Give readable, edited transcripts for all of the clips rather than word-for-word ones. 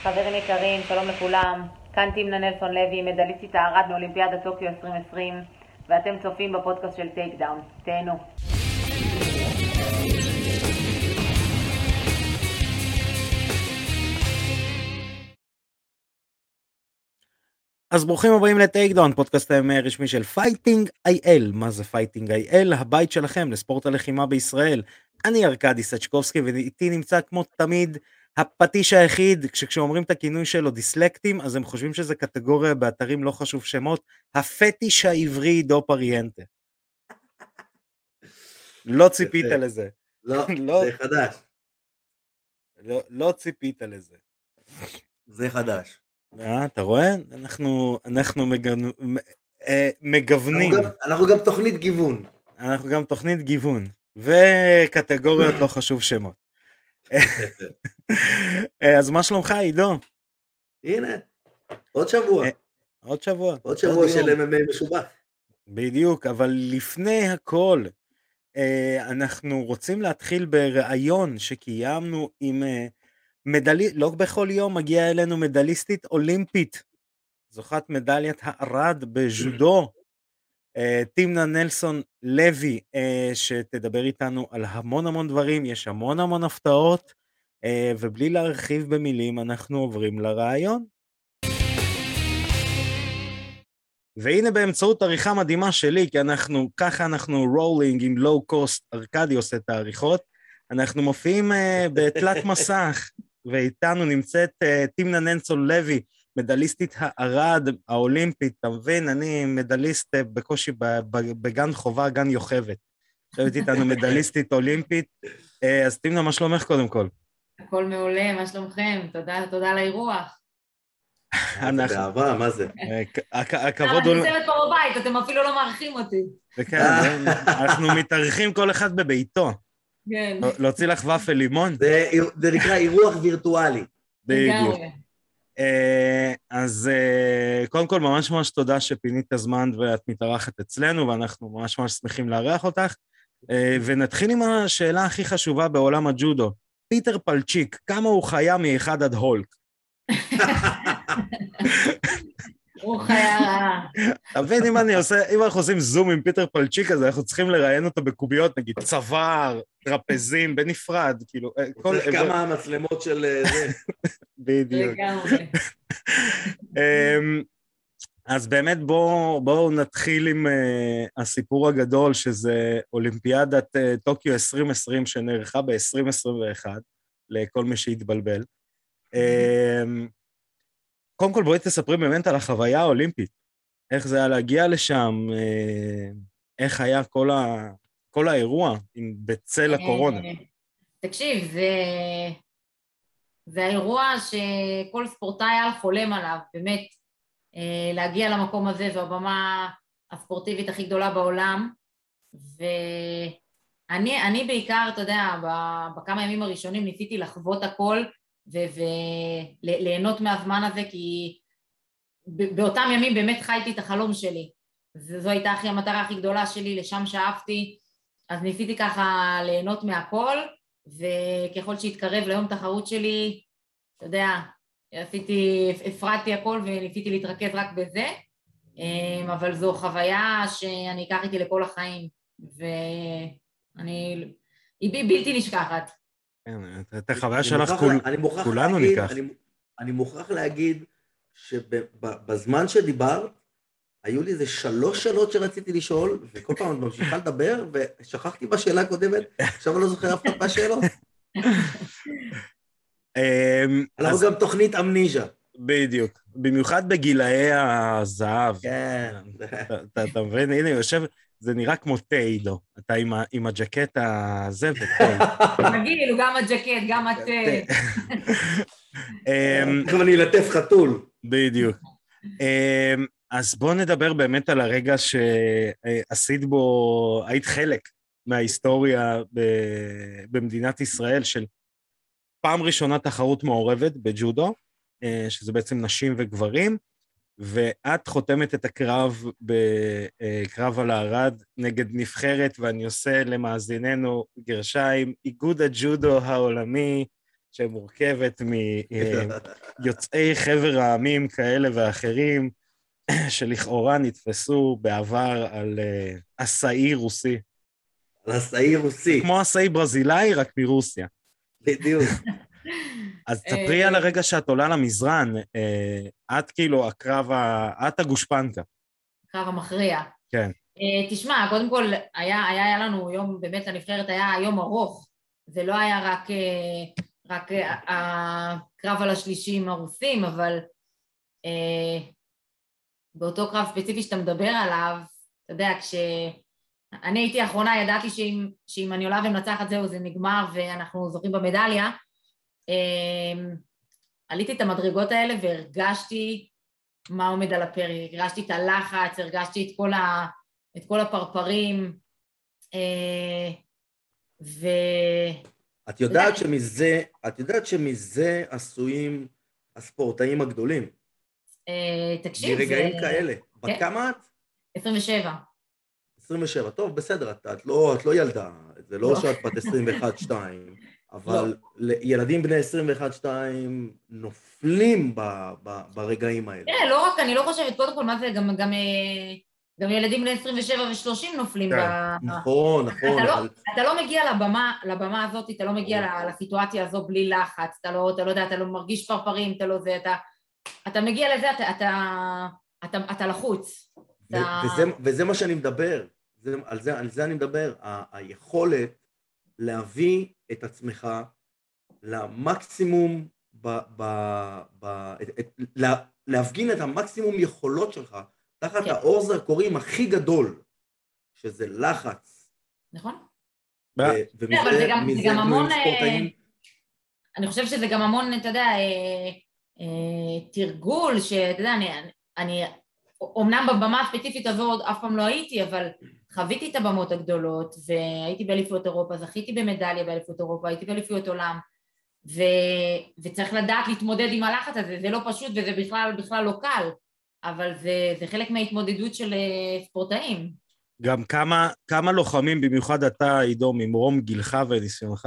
חברים יקרים, שלום לכולם. כאן תמנה נלסון לוי, מדליסטית הארד מאולימפיאדת טוקיו 2020, ואתם צופים בפודקאסט של טייק דאון. תהנו. אז ברוכים הבאים לטייק דאון, פודקאסט הרשמי של פייטינג איי-אל. מה זה פייטינג איי-אל? הבית שלכם לספורט הלחימה בישראל. אני ארקדי סצ'קובסקי, ואיתי נמצא כמו תמיד הפטיש היחיד. כשאומרים את הכינוי שלו דיסלקטים, אז הם חושבים שזה קטגוריה באתרים לא חשוב שמות. הפטיש העברי דו פריאנטה. לא ציפית לזה. לא, זה חדש. לא ציפית לזה. זה חדש. אתה רואה? אנחנו מגוונים. אנחנו גם תוכנית גיוון. אנחנו גם תוכנית גיוון, וקטגוריות לא חשוב שמות. אז מה שלומך, עידו? הנה, עוד שבוע. עוד שבוע של MMA משובח. בדיוק, אבל לפני הכל, אנחנו רוצים להתחיל ברעיון שקיימנו עם לא בכל יום מגיעה אלינו מדליסטית אולימפית, זוכת מדליית הארד בז'ודו, תמנה נלסון לוי, שתדבר איתנו על המון דברים, יש המון הפתעות, ובלי להרחיב במילים אנחנו עוברים לרעיון. והנה באמצעות עריכה מדהימה שלי, כי ככה אנחנו רולינג עם לואו קוסט, ארקדי עושה את העריכות, אנחנו מופיעים בתלת מסך, ואיתנו נמצאת תמנה נלסון לוי, מדליסטית הארד האולימפית, אתה מבין? אני מדליסט בקושי בגן חובה, גן יוכבת. חושבת איתנו מדליסטית אולימפית, אז תמנה, מה שלומך קודם כל? הכל מעולה, מה שלומכם? תודה על האירוח. באהבה, מה זה? הכבוד אני נמצאת פה בבית, אתם אפילו לא מארחים אותי. אנחנו מתארחים כל אחד בביתו. כן. להוציא לך ופל לימון? זה נקרא אירוח וירטואלי. בדיוק. אז קודם כל ממש תודה שפינית הזמן ואת מתארחת אצלנו, ואנחנו ממש שמחים לארח אותך, ונתחיל עם השאלה הכי חשובה בעולם הג'ודו. פיטר פלצ'יק, כמה הוא חיה מ1 עד הולק? הוא חיה רעה. תבין, אם אנחנו עושים זום עם פיטר פלצ'יק, אז אנחנו צריכים לראיין אותו בקוביות, נגיד צוואר, טרפזים, בנפרד, כאילו... צריך כמה מצלמות של זה. בדיוק. אז באמת בואו נתחיל עם הסיפור הגדול, שזה אולימפיאדת טוקיו 2020, שנערכה ב-2021, לכל מי שהתבלבל. קודם כל בואי תספרי באמת על החוויה האולימפית, איך זה היה להגיע לשם, איך היה כל האירוע בצל הקורונה. תקשיב, זה האירוע שכל ספורטאי היה חולם עליו, באמת, להגיע למקום הזה, זו הבמה הספורטיבית הכי גדולה בעולם, ואני בעיקר, אתה יודע, בכמה ימים הראשונים ניסיתי לחוות הכל, וליהנות מהזמן הזה, כי באותם ימים באמת חייתי את החלום שלי, זו הייתה המטרה הכי גדולה שלי, לשם שאפתי, אז ניסיתי ככה ליהנות מהכל, וככל שהתקרב ליום תחרות שלי, אתה יודע, הפרדתי הכל וניסיתי להתרכז רק בזה, אבל זו חוויה שאני אקח איתי לכל החיים, היא בלתי נשכחת. את החוויה שלך כולנו ניקח. אני מוכרח להגיד שבזמן שדיברת, היו לי איזה 3 שאלות שרציתי לשאול, וכל פעם אני ממשיכה לדבר, ושכחתי בשאלה הקודמת, עכשיו אני לא זוכר אף פעם בשאלות. אנחנו גם תוכנית אמניז'ה. בדיוק, במיוחד בגילאי הזהב. כן. אתה מבין, הנה יושב, זה נראה כמו תאידו, אתה עם הג'קט הזה ותה. מגיל, הוא גם הג'קט, גם התה. עכשיו אני אלטף חתול. בדיוק. אז בואו נדבר באמת על הרגע שעשית בו, היית חלק מההיסטוריה במדינת ישראל של פעם ראשונה תחרות מעורבת בג'ודו, שזה בעצם נשים וגברים, ואת חותמת את הקרב בקרב על הארד נגד נבחרת, ואני עושה למאזיננו גרשיים, איגוד הג'ודו העולמי, שמורכבת מיוצאי חבר העמים כאלה ואחרים, שלכאורה נתפסו בעבר על עשאי רוסי. על עשאי רוסי. כמו עשאי ברזילאי, רק מרוסיה. בדיוק. אז תספרי על הרגע שאת עולה למזרן, את כאילו את הגושפנקה. הקרב המכריע. כן. תשמע, קודם כל, היה לנו יום, באמת לנבחרת היה יום ארוך, זה לא היה רק הקרב על השלישים הרוסים, אבל באותו קרב ספציפי שאתה מדבר עליו, אתה יודע, כשאני הייתי האחרונה, ידעתי שאם אני עולה ומנצחת זהו, זה נגמר ואנחנו זוכים במדליה, עליתי את המדרגות האלה והרגשתי מה עומד על הפרק, הרגשתי את הלחץ, הרגשתי את כל הפרפרים, את יודעת שמזה עשויים הספורטאים הגדולים. תקשיב, מרגעים כאלה. בת כמה את? 27. 27, טוב, בסדר, את לא ילדה, זה לא שאת בת 21-2, אבל ילדים בני 21-2 נופלים ברגעים האלה. תראה, לא רק, אני לא חושבת, קודם כל, מה זה, גם ילדים בני 27 ו-30 נופלים. נכון. אתה לא מגיע לבמה הזאת, אתה לא מגיע לסיטואציה הזו בלי לחץ, אתה לא יודע, אתה לא מרגיש פרפרים, אתה מגיע לזה, אתה לחוץ. וזה מה שאני מדבר, על זה אני מדבר, היכולת להביא את עצמך למקסימום, להפגין את המקסימום יכולות שלך, תחת האור זרקורים הכי גדול, שזה לחץ. נכון. אבל זה גם המון, אני חושב שזה גם המון, אתה יודע, תרגול, שאתה יודע, אני אומנם בבמה הספציפית הזו אף פעם לא הייתי, אבל חוויתי את הבמות הגדולות, והייתי באליפויות אירופה, זכיתי במדליה באליפויות אירופה, הייתי באליפויות עולם, וצריך לדעת להתמודד עם הלחץ הזה, זה לא פשוט וזה בכלל לא קל, אבל זה חלק מההתמודדות של ספורטאים. גם כמה לוחמים, במיוחד אתה, עידו, ממרום גילך וניסיונך,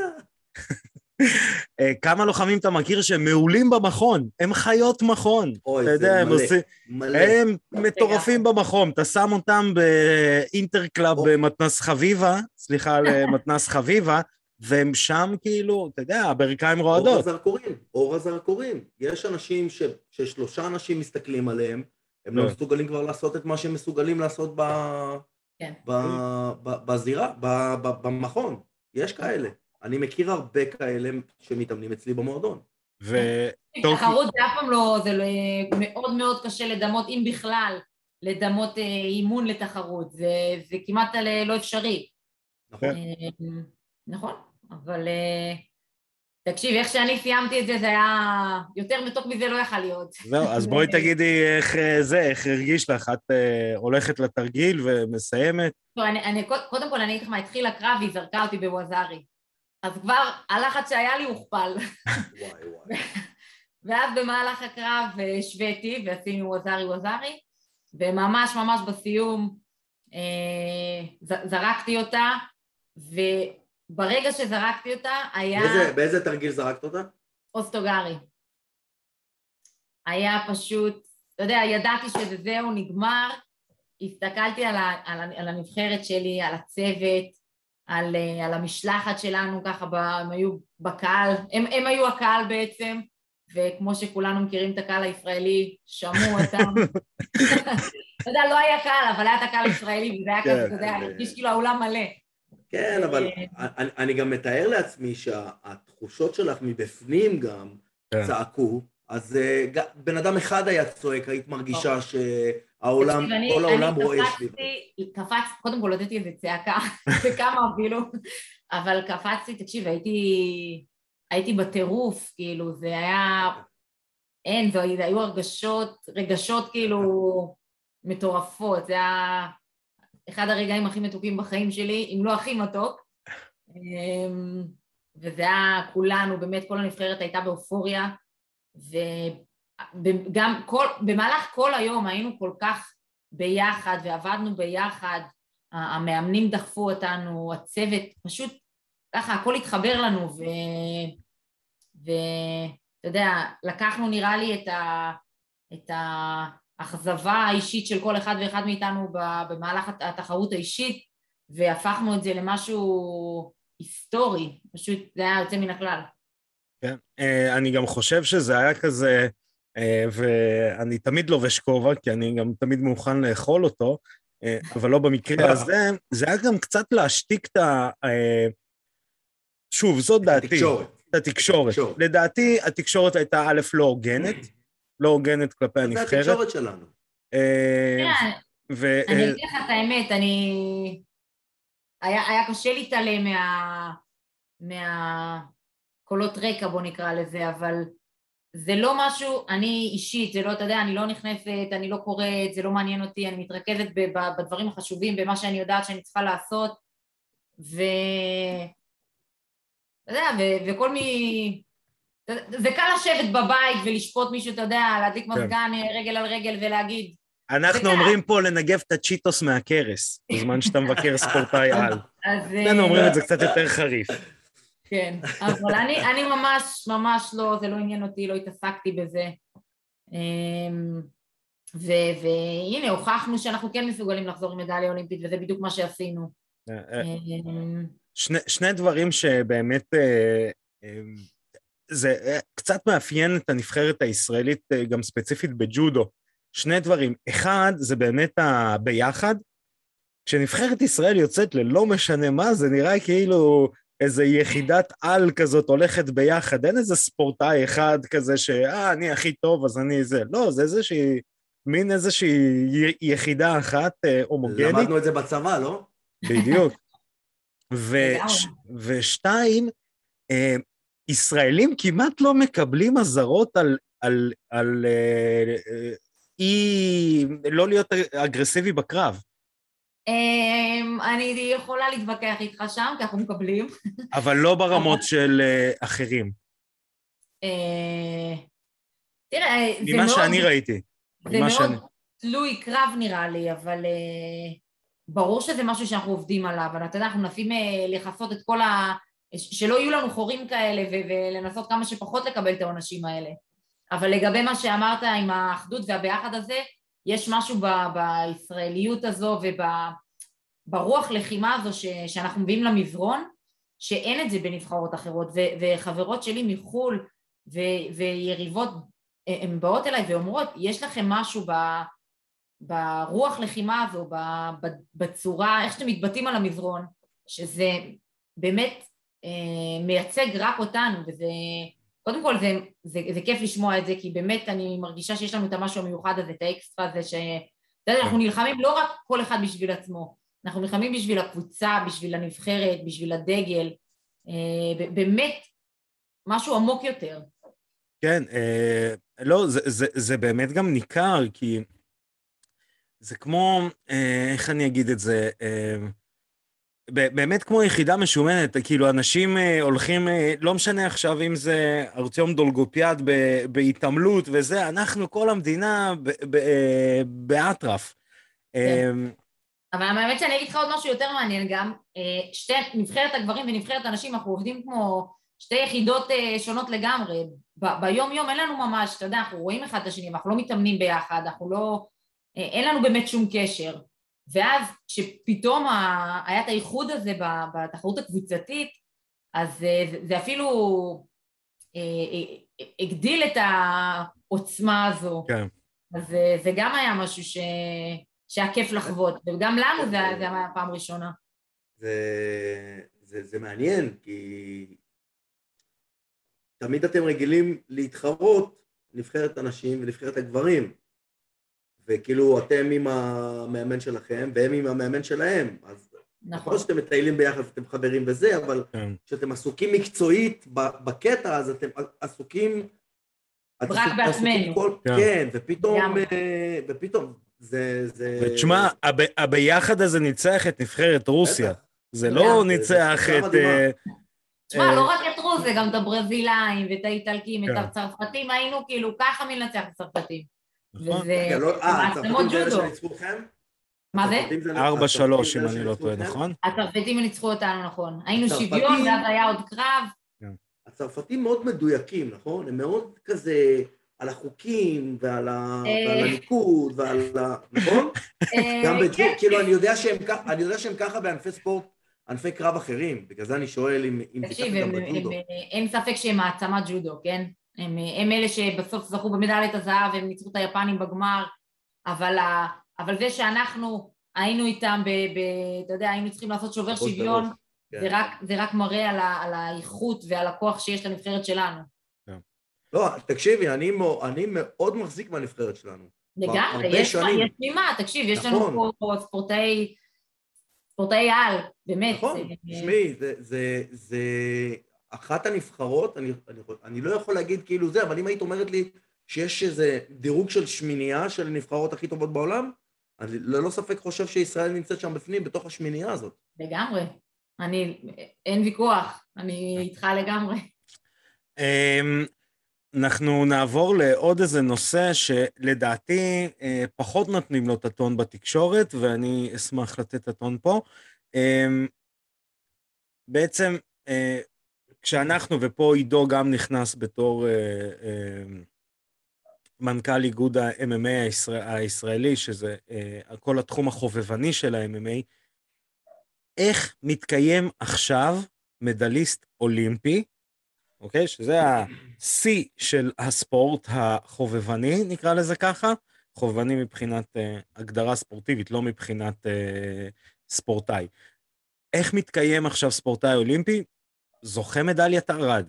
כמה לוחמים אתה מכיר שהם מעולים במכון, הם חיות מכון. אוי, אתה יודע, מלא. הם מטורפים במכון, אתה שם אותם באינטרקלאב במתנס חביבה, סליחה, למתנס חביבה, והם שם כאילו, אתה יודע, הברכיים רועדות. אור הזרקורים. יש אנשים ששלושה אנשים מסתכלים עליהם, הם לא מסוגלים כבר לעשות את מה שהם מסוגלים לעשות בזירה, במכון. יש כאלה. אני מכיר הרבה כאלה שמתאמנים אצלי במועדון. תחרות זה אף פעם לא, זה מאוד מאוד קשה לדמות, אם בכלל, לדמות אימון לתחרות, זה כמעט לא אפשרי. נכון, אבל תקשיב, איך שאני סיימתי את זה, זה היה יותר מתוק מזה לא יכל להיות. זהו, אז בואי תגידי איך הרגיש לך, את הולכת לתרגיל ומסיימת? קודם כל אני אגיד לך מה, התחיל הקרב, היא זרקה אותי בווזארי. אז כבר הלחץ שהיה לי הוכפל. ואז במהלך הקרב שוויתי ועשינו ווזארי, וממש בסיום זרקתי אותה, וברגע שזרקתי אותה היה... באיזה תרגיל זרקת אותה? אוסטוגרי. היה פשוט, אתה יודע, ידעתי שזהו נגמר, הסתכלתי על הנבחרת שלי, על הצוות, על המשלחת שלנו, ככה הם היו בקהל, הם היו הקהל בעצם, וכמו שכולנו מכירים את הקהל הישראלי, שמעו אותם. אתה יודע, לא היה קהל, אבל היה את הקהל הישראלי, וזה היה כזה, אתה יודע, הרגיש כאילו האולם מלא. כן, אבל אני גם מתאר לעצמי שהתחושות שלך מבפנים גם צעקו, אז בן אדם אחד היה צועק, היית מרגישה שהעולם, כל העולם רואה שלי. קודם כל הודעתי איזה צעקה, וכמה אפילו, אבל קפצתי, תקשיב, הייתי בטירוף, כאילו, זה היה, זה היו רגשות כאילו מטורפות, זה היה אחד הרגעים הכי מתוקים בחיים שלי, אם לא הכי מתוק, וזה היה כולנו, באמת כל הנבחרת הייתה באופוריה, וגם במהלך כל היום היינו כל כך ביחד ועבדנו ביחד, המאמנים דחפו אותנו, הצוות, פשוט ככה הכל התחבר לנו ואתה יודע, לקחנו נראה לי את האכזבה האישית של כל אחד ואחד מאיתנו במהלך התחרות האישית, והפכנו את זה למשהו היסטורי, פשוט זה היה יוצא מן הכלל. כן, אני גם חושב שזה היה כזה, ואני תמיד לובש כובע, כי אני גם תמיד מוכן לאכול אותו, אבל לא במקרה הזה, זה היה גם קצת להשתיק את שוב, זאת דעתי. את התקשורת. לדעתי, התקשורת הייתה א' לא הוגנת, לא הוגנת כלפי הנבחרת. זה התקשורת שלנו. אני אגיד לך את האמת, היה קשה להתעלם מהקולות רקע, בוא נקרא לזה, אבל זה לא משהו, אני אישית, זה לא, אתה יודע, אני לא נכנסת, אני לא קוראת, זה לא מעניין אותי, אני מתרכזת בדברים החשובים, במה שאני יודעת שאני צריכה לעשות, אתה יודע, וכל זה קל לשבת בבית ולשפוט מישהו, אתה יודע, להדליק מזגן רגל על רגל ולהגיד. אנחנו אומרים פה לנגב את הצ'יטוס מהקרס, בזמן שאתה מבקר ספורטאי על. אנחנו אומרים את זה קצת יותר חריף. כן, אבל אני ממש לא, זה לא עניין אותי, לא התעסקתי בזה. והנה, הוכחנו שאנחנו כן מסוגלים לחזור עם מדליה אולימפית, וזה בדיוק מה שעשינו. שני דברים שבאמת, זה קצת מאפיין את הנבחרת הישראלית, גם ספציפית בג'ודו. שני דברים. אחד, זה באמת הביחד. כשנבחרת ישראל יוצאת ללא משנה מה, זה נראה כאילו איזו יחידת על כזאת הולכת ביחד. אין איזה ספורטאי אחד כזה אני הכי טוב, אז אני זה. לא, זה איזושהי, מין איזושהי יחידה אחת הומוגנית. למדנו את זה בצבא, לא? בדיוק. ושתיים, ישראלים כמעט לא מקבלים הזרות על לא להיות אגרסיבי בקרב. אני יכולה להתווכח איתך שם, כי אנחנו מקבלים. אבל לא ברמות של אחרים. תראה, ממה שאני ראיתי. זה מאוד תלוי קרב נראה לי, אבל ברור שזה משהו שאנחנו עובדים עליו, אבל אתה יודע, אנחנו מנסים לחפות את כל שלא יהיו לנו חורים כאלה, ולנסות כמה שפחות לקבל את העונשים האלה. אבל לגבי מה שאמרת עם האחדות והביחד הזה, יש משהו בישראליות הזו וברוח לחימה הזו שאנחנו מביאים למזרון, שאין את זה בנבחרות אחרות, וחברות שלי מחול ויריבות, הן באות אליי ואומרות, יש לכם משהו ברוח לחימה הזו, בצורה, איך שאתם מתבטאים על המזרון, שזה באמת מייצג רק אותנו, וזה, קודם כל זה כיף לשמוע את זה, כי באמת אני מרגישה שיש לנו את המשהו המיוחד הזה, את האקסטרה הזה, שאנחנו נלחמים לא רק כל אחד בשביל עצמו, אנחנו נלחמים בשביל הקבוצה, בשביל הנבחרת, בשביל הדגל, באמת משהו עמוק יותר. כן, לא, זה באמת גם ניכר, כי זה כמו, איך אני אגיד את זה, באמת כמו יחידה משומנת, כאילו אנשים הולכים, לא משנה עכשיו אם זה ארטיום דולגופיאד בהתעמלות וזה, אנחנו כל המדינה באטרף. אבל האמת שאני אגיד לך עוד משהו יותר מעניין גם, נבחרת הגברים ונבחרת הנשים, אנחנו עובדים כמו שתי יחידות שונות לגמרי, ביום יום אין לנו ממש, אתה יודע, אנחנו רואים אחד את השני, אנחנו לא מתאמנים ביחד, אנחנו לא, אין לנו באמת שום קשר. ואז כשפתאום היה את הייחוד הזה בתחרות הקבוצתית, אז זה אפילו הגדיל את העוצמה הזו. כן. אז זה גם היה משהו שהיה כיף לחוות, וגם לנו זה היה פעם ראשונה. זה מעניין, כי תמיד אתם רגילים להתחרות נבחרת הנשים ונבחרת הגברים. וכאילו אתם עם המאמן שלכם, והם עם המאמן שלהם, אז נכון שאתם מטיילים ביחד, אתם חברים בזה, אבל כשאתם עסוקים מקצועית בקטע, אז אתם עסוקים... רק בעצמנו. כן, ופתאום זה... ותשמע, הביחד הזה ניצח את נבחרת רוסיה, זה לא ניצח את... תשמע, לא רק את רוסיה, גם את הברזילאים ואת האיטלקים, את הצרפתים, היינו כאילו ככה מלנצח את הצרפתים. וזה מעצמות ג'ודו. מה זה? 4-3 אם אני לא טועה, נכון? הצרפתים ניצחו אותנו, נכון. היינו שוויון, ואז היה עוד קרב. הצרפתים מאוד מדויקים, נכון? הם מאוד כזה על החוקים ועל הניקוד נכון? גם כאילו אני יודע שהם ככה בענפי ספורט, ענפי קרב אחרים, בגלל זה אני שואל אם זה ככה גם בג'ודו. אין ספק שהם מעצמת ג'ודו, כן? הם אלה שבסוף זכו במדליית הזהב והם ניצחו את היפנים בגמר, אבל זה שאנחנו היינו איתם, אתה יודע, היינו צריכים לעשות שובר שוויון, זה רק מראה על האיכות ועל הכוח שיש לנבחרת שלנו. לא, תקשיבי, אני מאוד מחזיק מהנבחרת שלנו. לגמרי, יש נימה, תקשיב, יש לנו פה ספורטאי על, באמת. נכון, תשמעי, זה אחת הנבחרות, אני לא יכול להגיד כאילו זה, אבל אם היית אומרת לי שיש איזה דירוג של שמינייה של הנבחרות הכי טובות בעולם, אני ללא ספק חושב שישראל נמצאת שם בפנים, בתוך השמינייה הזאת. לגמרי, אין ויכוח, אני איתך לגמרי. אנחנו נעבור לעוד איזה נושא שלדעתי פחות נותנים לו את הטון בתקשורת, ואני אשמח לתת את הטון פה. בעצם, כשאנחנו, ופה עידו גם נכנס בתור מנכ"ל איגוד ה-MMA הישראלי, שזה כל התחום החובבני של ה-MMA, איך מתקיים עכשיו מדליסט אולימפי, אוקיי? שזה ה-C של הספורט החובבני, נקרא לזה ככה, חובבני מבחינת הגדרה ספורטיבית, לא מבחינת ספורטאי. איך מתקיים עכשיו ספורטאי אולימפי? זוכה מדליית ארד.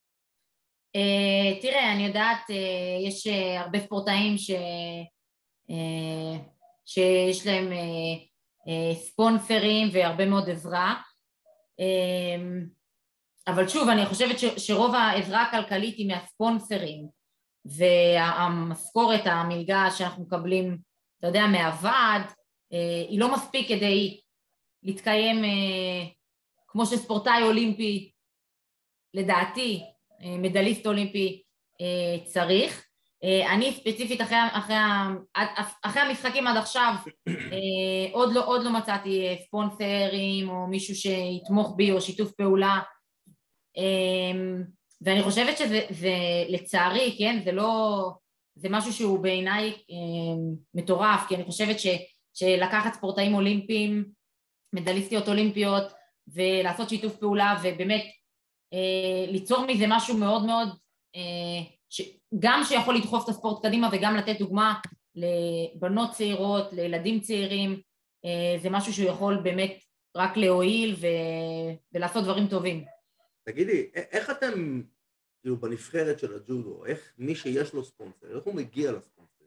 תראה, אני יודעת, יש הרבה ספורטאים שיש להם ספונסרים והרבה מאוד עזרה, אבל שוב, אני חושבת שרוב העזרה הכלכלית היא מהספונסרים, והמשכורת, המלגה שאנחנו מקבלים, אתה יודע, מהוועד, היא לא מספיק כדי להתקיים כמו שספורטאי אולימפי, לדעתי, מדליסט אולימפי צריך. אני ספציפית אחרי המשחקים עד עכשיו, עוד לא מצאתי ספונסרים או מישהו שיתמוך בי או שיתוף פעולה, ואני חושבת שזה לצערי, כן, זה משהו שהוא בעיניי מטורף, כי אני חושבת שלקחת ספורטאים אולימפיים, מדליסטיות אולימפיות, ולעשות שיתוף פעולה, ובאמת ליצור מזה משהו מאוד מאוד, גם שיכול לדחוף את הספורט קדימה, וגם לתת דוגמה לבנות צעירות, לילדים צעירים, זה משהו שהוא יכול באמת רק להועיל ולעשות דברים טובים. תגידי, איך אתם, כאילו, בנבחרת של הג'ודו, איך מי שיש לו ספונסר, איך הוא מגיע לספונסר?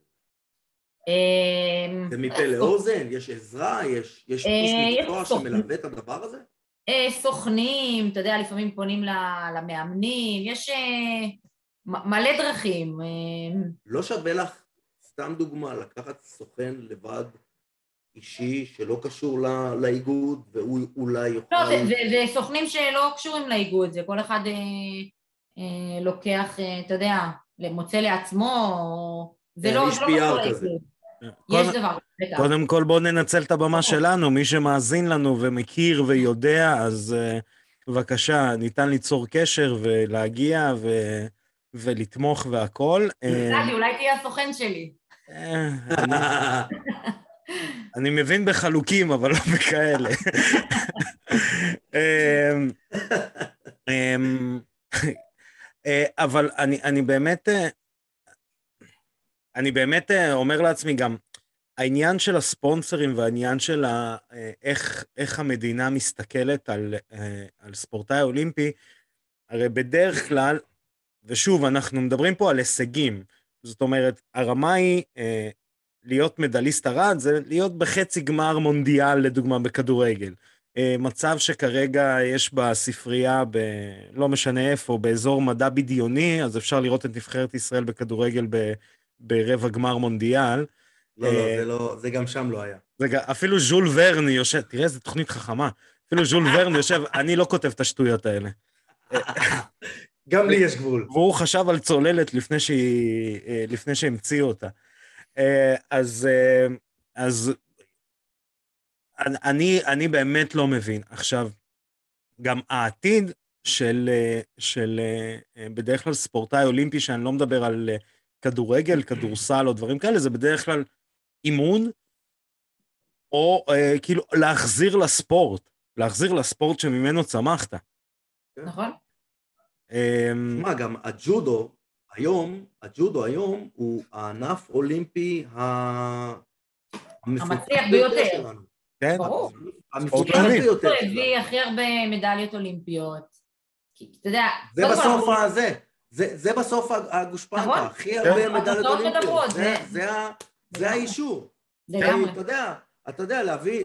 זה מפה לאוזן? יש עזרה? יש איש מקצוע שמלווה את הדבר הזה? סוכנים, אתה יודע, לפעמים פונים למאמנים, יש מלא דרכים. לא שווה לך, סתם דוגמה, לקחת סוכן לבד אישי שלא קשור לאיגוד, והוא אולי יוכל... לא, זה סוכנים שלא קשורים לאיגוד, זה כל אחד לוקח, אתה יודע, מוצא לעצמו, זה לא קשור לאיגוד. יש דבר. קודם כל בואו ננצל את הבמה שלנו, מי שמאזין לנו ומכיר ויודע, אז בבקשה, ניתן ליצור קשר ולהגיע ולתמוך והכל. אולי תהיה הסוכן שלי. אני מבין בחלוקים, אבל לא בכאלה. אבל אני באמת אומר לעצמי גם, העניין של הספונסרים והעניין של איך המדינה מסתכלת על ספורטאי אולימפי, הרי בדרך כלל, ושוב, אנחנו מדברים פה על הישגים, זאת אומרת, הרמה היא להיות מדליסט ארד, זה להיות בחצי גמר מונדיאל, לדוגמה, בכדורגל. מצב שכרגע יש בספרייה, לא משנה איפה, באזור מדע בדיוני, אז אפשר לראות את נבחרת ישראל בכדורגל ברבע גמר מונדיאל. לא, זה גם שם לא היה. אפילו ז'ול ורן יושב, תראה איזה תוכנית חכמה, אפילו ז'ול ורן יושב, אני לא כותב את השטויות האלה. גם לי יש גבול. והוא חשב על צוללת לפני שהמציאו אותה. אז אני באמת לא מבין. עכשיו, גם העתיד של בדרך כלל ספורטאי אולימפי, שאני לא מדבר על כדורגל, כדורסל או דברים כאלה, זה בדרך כלל אימון, או כאילו להחזיר לספורט שממנו צמחת. נכון? תשמע, גם הג'ודו היום הוא הענף אולימפי המצליח ביותר שלנו. כן, ברור. המפותח ביותר הוא הביא הכי הרבה מדליות אולימפיות. אתה יודע, זה בסוף הגושפנקה, נכון? הכי הרבה מדליות אולימפיות. זה זה האישור. לגמרי. אתה יודע,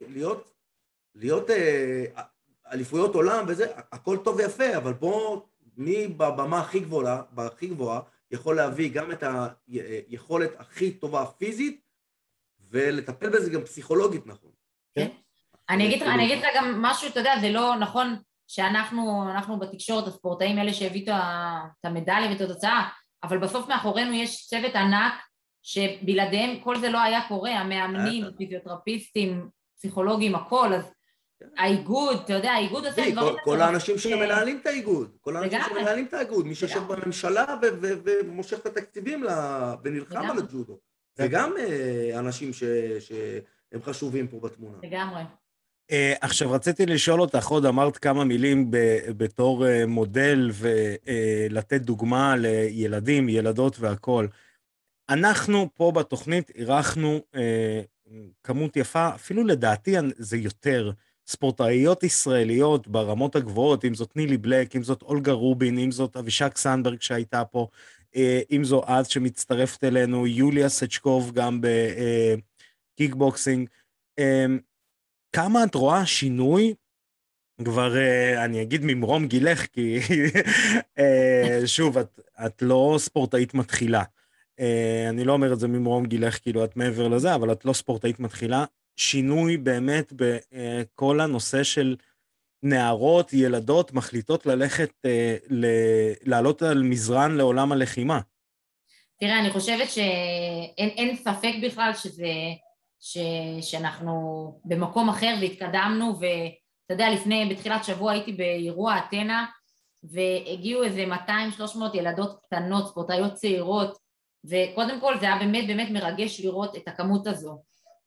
להיות אליפויות עולם וזה, הכל טוב ויפה, אבל בוא, מי בבמה הכי גבוהה, יכול להביא גם את היכולת הכי טובה פיזית, ולטפל בזה גם פסיכולוגית, נכון. כן. אני אגיד לך גם משהו, אתה יודע, זה לא נכון שאנחנו בתקשורת, הספורטאים האלה שהביאו את המדליה ואת התוצאה, אבל בסוף מאחורינו יש צוות ענק, שבלעדיהם כל זה לא היה קורה, המאמנים, פיזיותרפיסטים, פסיכולוגים, הכל, אז האיגוד, אתה יודע, האיגוד עושה דברים... כל האנשים שמנהלים את האיגוד, מי שיושב בממשלה ומושך את התקציבים ונלחם על הג'ודו. זה גם אנשים שהם חשובים פה בתמונה. לגמרי. עכשיו, רציתי לשאול אותך, עוד אמרת כמה מילים בתור מודל ולתת דוגמה לילדים, ילדות והכל. אנחנו פה בתוכנית אירחנו כמות יפה, אפילו לדעתי זה יותר, ספורטאיות ישראליות ברמות הגבוהות, אם זאת נילי בלק, אם זאת אולגה רובין, אם זאת אבישק סנברג שהייתה פה, אם זו אז שמצטרפת אלינו, יוליה סצ'קוב גם בקיקבוקסינג. כמה את רואה שינוי, כבר אני אגיד ממרום גילך, כי שוב, את לא ספורטאית מתחילה. אני לא אומר את זה ממרום גילך, כאילו את מעבר לזה, אבל את לא ספורטאית מתחילה. שינוי באמת בכל הנושא של נערות, ילדות, מחליטות ללכת, לעלות על מזרן לעולם הלחימה. תראה, אני חושבת שאין ספק בכלל שאנחנו במקום אחר והתקדמנו, ואתה יודע, בתחילת שבוע הייתי באירוע אתנה, והגיעו איזה 200-300 ילדות קטנות, ספורטאיות צעירות, וקודם כל זה היה באמת באמת מרגש לראות את הכמות הזו,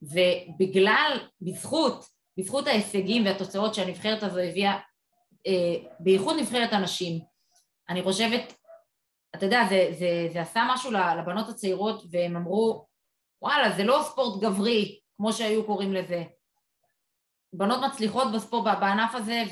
בזכות ההישגים והתוצאות שהנבחרת הזו הביאה, בייחוד נבחרת הנשים, אני חושבת, אתה יודע, זה עשה משהו לבנות הצעירות, והם אמרו, וואלה, זה לא ספורט גברי, כמו שהיו קוראים לזה. בנות מצליחות בספורט, בענף הזה,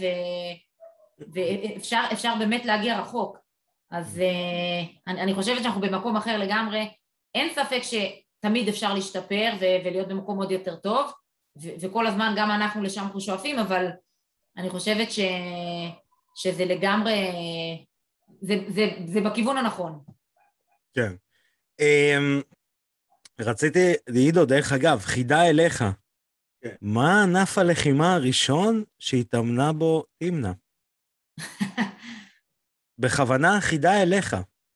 ואפשר באמת להגיע רחוק. אז אני חושבת שאנחנו במקום אחר לגמרי. אין ספק שתמיד אפשר להשתפר ולהיות במקום עוד יותר טוב, וכל הזמן גם אנחנו לשם אנחנו שואפים, אבל אני חושבת שזה לגמרי, זה בכיוון הנכון. כן. רציתי, עידו, דרך אגב, חידה אליך. כן. מה ענף הלחימה הראשון שהתאמנה בו תמנה? בכוונה חידה אליך.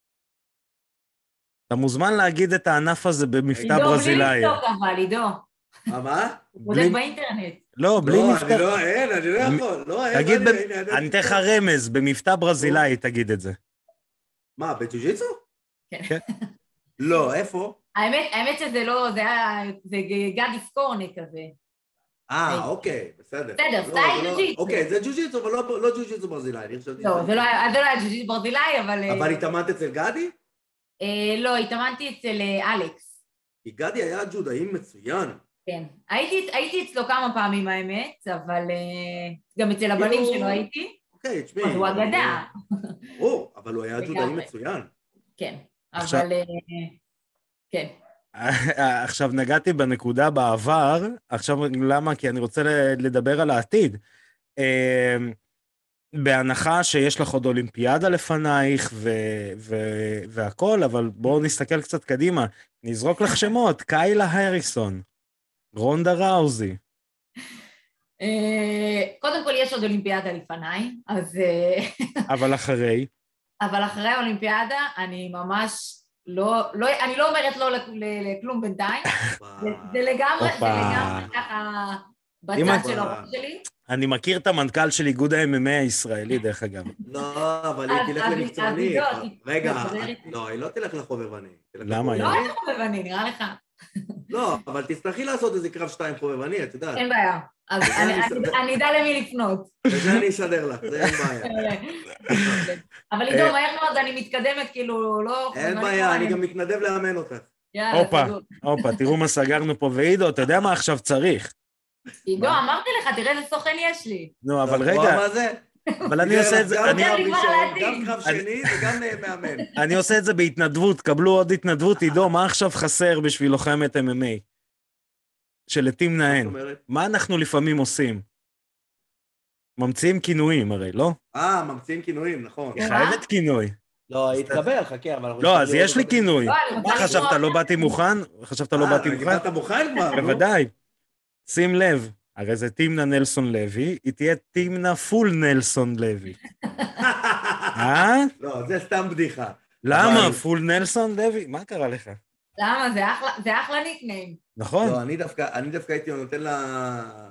אתה מוזמן להגיד את הענף הזה במבטא ברזילאי. עידו, בלי לבדוק אבל, עידו. מה? הוא בודק באינטרנט. לא, בלי מבטא. אני לא יכול. תגיד, אני אתן לך רמז, במבטא ברזילאי תגיד את זה. מה, בג'ו-ג'יטסו? כן. לא, איפה? האמת שזה לא, זה גדי סקורני כזה. אוקיי, בסדר. בסדר, סטייל ג'ו-ג'יטסו. אוקיי, זה ג'ו-ג'יטסו, אבל לא ג'ו-ג'יטסו ברזילאי. לא, זה לא היה ג'ו-ג'יטסו ברזילאי, אבל... אבל התאמנת אצל גדי? לא, התאמנתי אצל אלכס. כי גדי היה ג'ודאי מצוין. כן, הייתי אצלו כמה פעמים האמת, אבל גם אצל הבנים שלו הייתי. אוקיי, תשמעי. הוא אגדה. אבל הוא היה ג'ודאי מצוין. כן, אבל... כן. עכשיו נגעתי בנקודה בעבר, עכשיו למה? כי אני רוצה לדבר על העתיד. בהנחה שיש לך עוד אולימפיאדה לפנייך והכל, אבל בואו נסתכל קצת קדימה, נזרוק לך שמות, קיילה הריסון, רונדה ראוזי. קודם כל יש עוד אולימפיאדה לפניי, אז... אבל אחרי? אבל אחרי האולימפיאדה אני ממש... אני לא אומרת לא לכלום בינתיים, זה לגמרי ככה בצד של הראש שלי. אני מכיר את המנכ"ל של איגוד ה-MMA הישראלי, דרך אגב. לא, אבל היא תלך למקצועני. רגע, לא, היא לא תלך לחובבני. למה? לא הייתה חובבני, נראה לך. לא, אבל תצטרכי לעשות איזה קרב 2 חובבני, את יודעת. אין בעיה. אז אני אדע למי לפנות. וזה אני אסדר לך, זה אין בעיה. אבל עידו, מהר מאוד, אני מתקדמת, כאילו, לא... אין בעיה, אני גם מתנדב לאמן אותך. הופה, תראו מה סגרנו פה, ועידו, אתה יודע מה עכשיו צריך? עידו, אמרתי לך, תראה איזה סוכן יש לי. נו, אבל רגע... מה זה? אבל אני עושה את זה... גם קרב שני וגם מאמן. אני עושה את זה בהתנדבות, קבלו עוד התנדבות, עידו, מה עכשיו חסר בשביל לוחמת MMA? שלתים נהן. מה אנחנו לפעמים עושים? ממציאים כינויים הרי, לא? ממציאים כינויים, נכון. היא חייבת כינוי. לא, התקבל, חכה, אבל... לא, אז יש לי כינוי. מה, חשבת לא באתי מוכן? חשבת לא באתי מוכן? באת מוכן כבר? בוודאי. שים לב, הרי זה תימנה נלסון לוי, היא תהיה תימנה פול נלסון לוי. לא, זה סתם בדיחה. למה? פול נלסון לוי? מה קרה לך? למה? זה אחלה ניקניים. נכון. לא, אני דווקא הייתי נותן לה...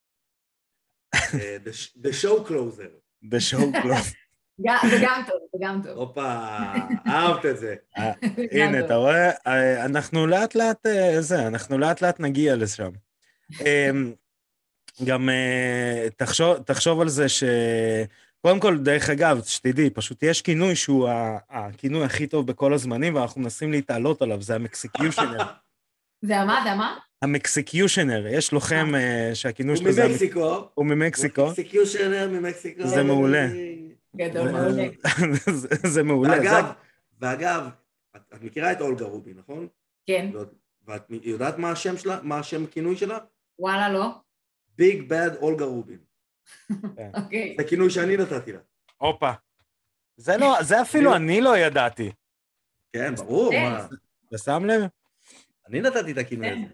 The show closer. The show closer. זה גם טוב, זה גם טוב. הופה, אהבת את זה. הנה, אתה רואה? אנחנו לאט לאט נגיע לשם. גם תחשוב על זה קודם כל, דרך אגב, שתדעי, פשוט יש כינוי שהוא הכינוי הכי טוב בכל הזמנים, ואנחנו מנסים להתעלות עליו, זה המקסקיושנר. זה מה? המקסקיושנר, יש לוחם שהכינוי שלו זה... הוא ממקסיקו. הוא ממקסיקו. מקסקיושנר ממקסיקו. זה מעולה. גדול, מעולה. זה מעולה. ואגב, את מכירה את אולגה רובין, נכון? כן. ואת יודעת מה השם שלה? מה השם כינוי שלה? וואלה, לא. ביג בד אולגה רובין. אוקיי. זה כינוי שאני נתתי לה. הופה. זה אפילו אני לא ידעתי. כן, ברור. אתה שם לב? אני נתתי את הכינוי הזה.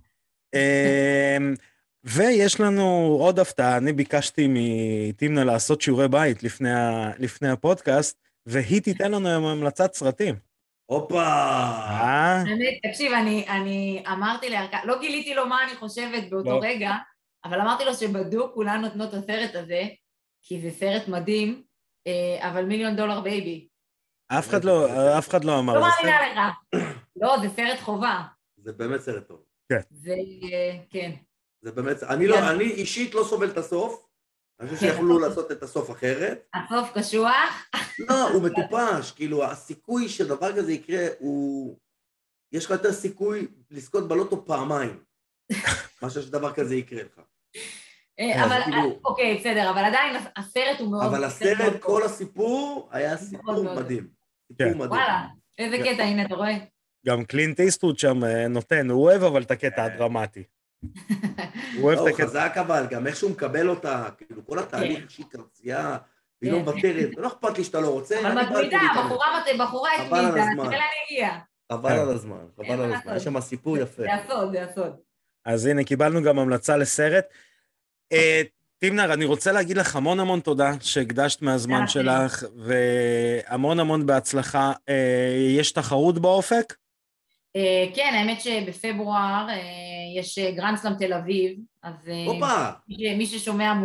ויש לנו עוד הפתעה, אני ביקשתי מתימנה לעשות שיעורי בית לפני הפודקאסט, והיא תיתן לנו היום המלצת סרטים. הופה! תקשיב, אני אמרתי לארכה, לא גיליתי לו מה אני חושבת באותו רגע, אבל אמרתי לו שבדוק כולן נותנות את הסרט הזה, כי זה סרט מדהים, אבל $1 מיליון בייבי. אף אחד לא אמר. לא מאמינה לך. לא, זה סרט חובה. זה באמת סרט טוב. כן. זה, כן. זה באמת, אני אישית לא סובל את הסוף, אני חושב שיכולו לעשות את הסוף אחרת. הסוף קשוח? לא, הוא מטופש, כאילו הסיכוי שדבר כזה יקרה הוא... יש לך יותר סיכוי לזכות בלוטו פעמיים, משהו שדבר כזה יקרה לך. אבל, אוקיי, בסדר, אבל עדיין הסרט הוא מאוד... אבל הסרט, כל הסיפור, היה סיפור מדהים. סיפור מדהים. וואלה, איזה קטע, הנה, אתה רואה? גם קלינט איסטווד שם נותן, הוא אוהב אבל את הקטע הדרמטי. הוא חזק אבל, גם איך שהוא מקבל אותה, כאילו כל התהליך שהיא קרצייה, והיא לא מוותרת, לא אכפת לי שאתה לא רוצה. אבל מתמידה, בחורה התמידה, תראה לאן הגיעה. חבל על הזמן, יש שם סיפור יפה. זה הסוד. אז הנה, קיבלנו גם המלצה לסרט. תימנר, אני רוצה להגיד לך המון תודה שהקדשת מהזמן שלך, והמון בהצלחה. יש תחרות באופק? כן, האמת שבפברואר יש גרנד סלאם תל אביב, אז מי ששומע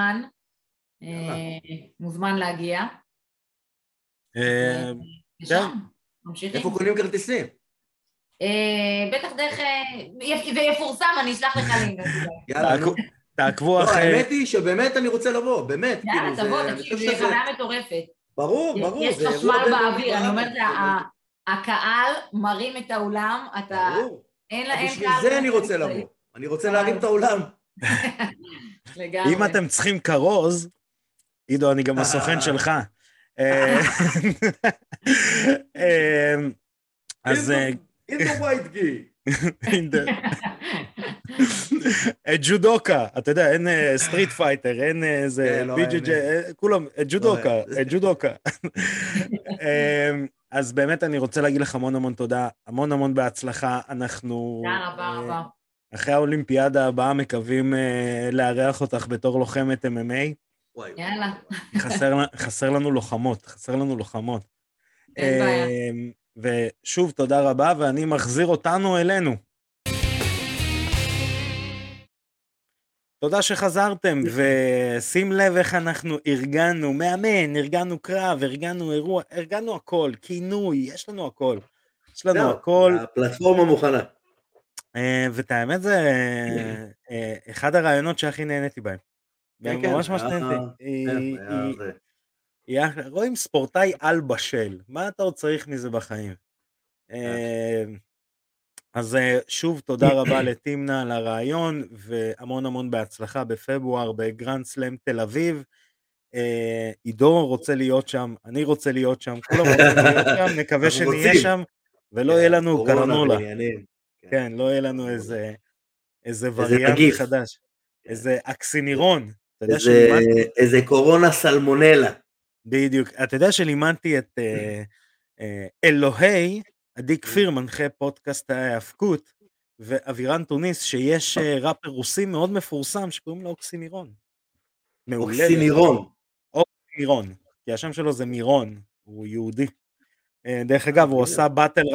מוזמן להגיע. ממשיכים. איפה קונים כרטיסים? בטח דרך, זה יפורסם, אני אשלח לך לינק. יאללה, תעקבו אחרי... האמת היא שבאמת אני רוצה לבוא, באמת. יאללה, תבוא, תקשיב, זה חוויה מטורפת. ברור. יש חשמל באוויר, אני אומרת, הקהל מרים את האולם, אתה... ברור. בשביל זה אני רוצה לבוא. אני רוצה להרים את האולם. אם אתם צריכים כרוז, עידו, אני גם הסוכן שלך. אז... In the white guy. ג'ודוקה, אתה יודע, אין סטריט פייטר, אין איזה BJJ, כולם, ג'ודוקה. אז באמת אני רוצה להגיד לך המון תודה, המון בהצלחה, אנחנו... רבה. אחרי האולימפיאדה הבאה מקווים לארח אותך בתור לוחמת MMA. יאללה. חסר לנו לוחמות. אין בעיה. ושוב תודה רבה, ואני מחזיר אותנו אלינו. תודה שחזרתם, ושים לב איך אנחנו ארגנו מאמן, ארגנו קרב, ארגנו אירוע, ארגנו הכל, כינוי, יש לנו הכל. יש לנו הכל. הפלטפורמה מוכנה. ואת האמת זה אחד הרעיונות שהכי נהניתי בהם. ממש נהניתי. רואים ספורטאי על בשל, מה אתה עוד צריך מזה בחיים? אז שוב תודה רבה לתימנה על הרעיון, והמון המון בהצלחה בפברואר בגרנד סלאם תל אביב. עידו רוצה להיות שם, אני רוצה להיות שם, כולם רוצים להיות שם, נקווה שנהיה שם, ולא יהיה לנו קרנולה. כן, לא יהיה לנו איזה וריאנט חדש, איזה אקסימירון. איזה קורונה סלמונלה. בדיוק, אתה יודע שלימדתי את אלוהי, עדי כפיר, מנחה פודקאסט ההאבקות, ואבירן טוניס, שיש ראפר רוסי מאוד מפורסם, שקוראים לו אוקסימירון. אוקסימירון. אוקסימירון, כי השם שלו זה מירון, הוא יהודי. דרך אגב, הוא עושה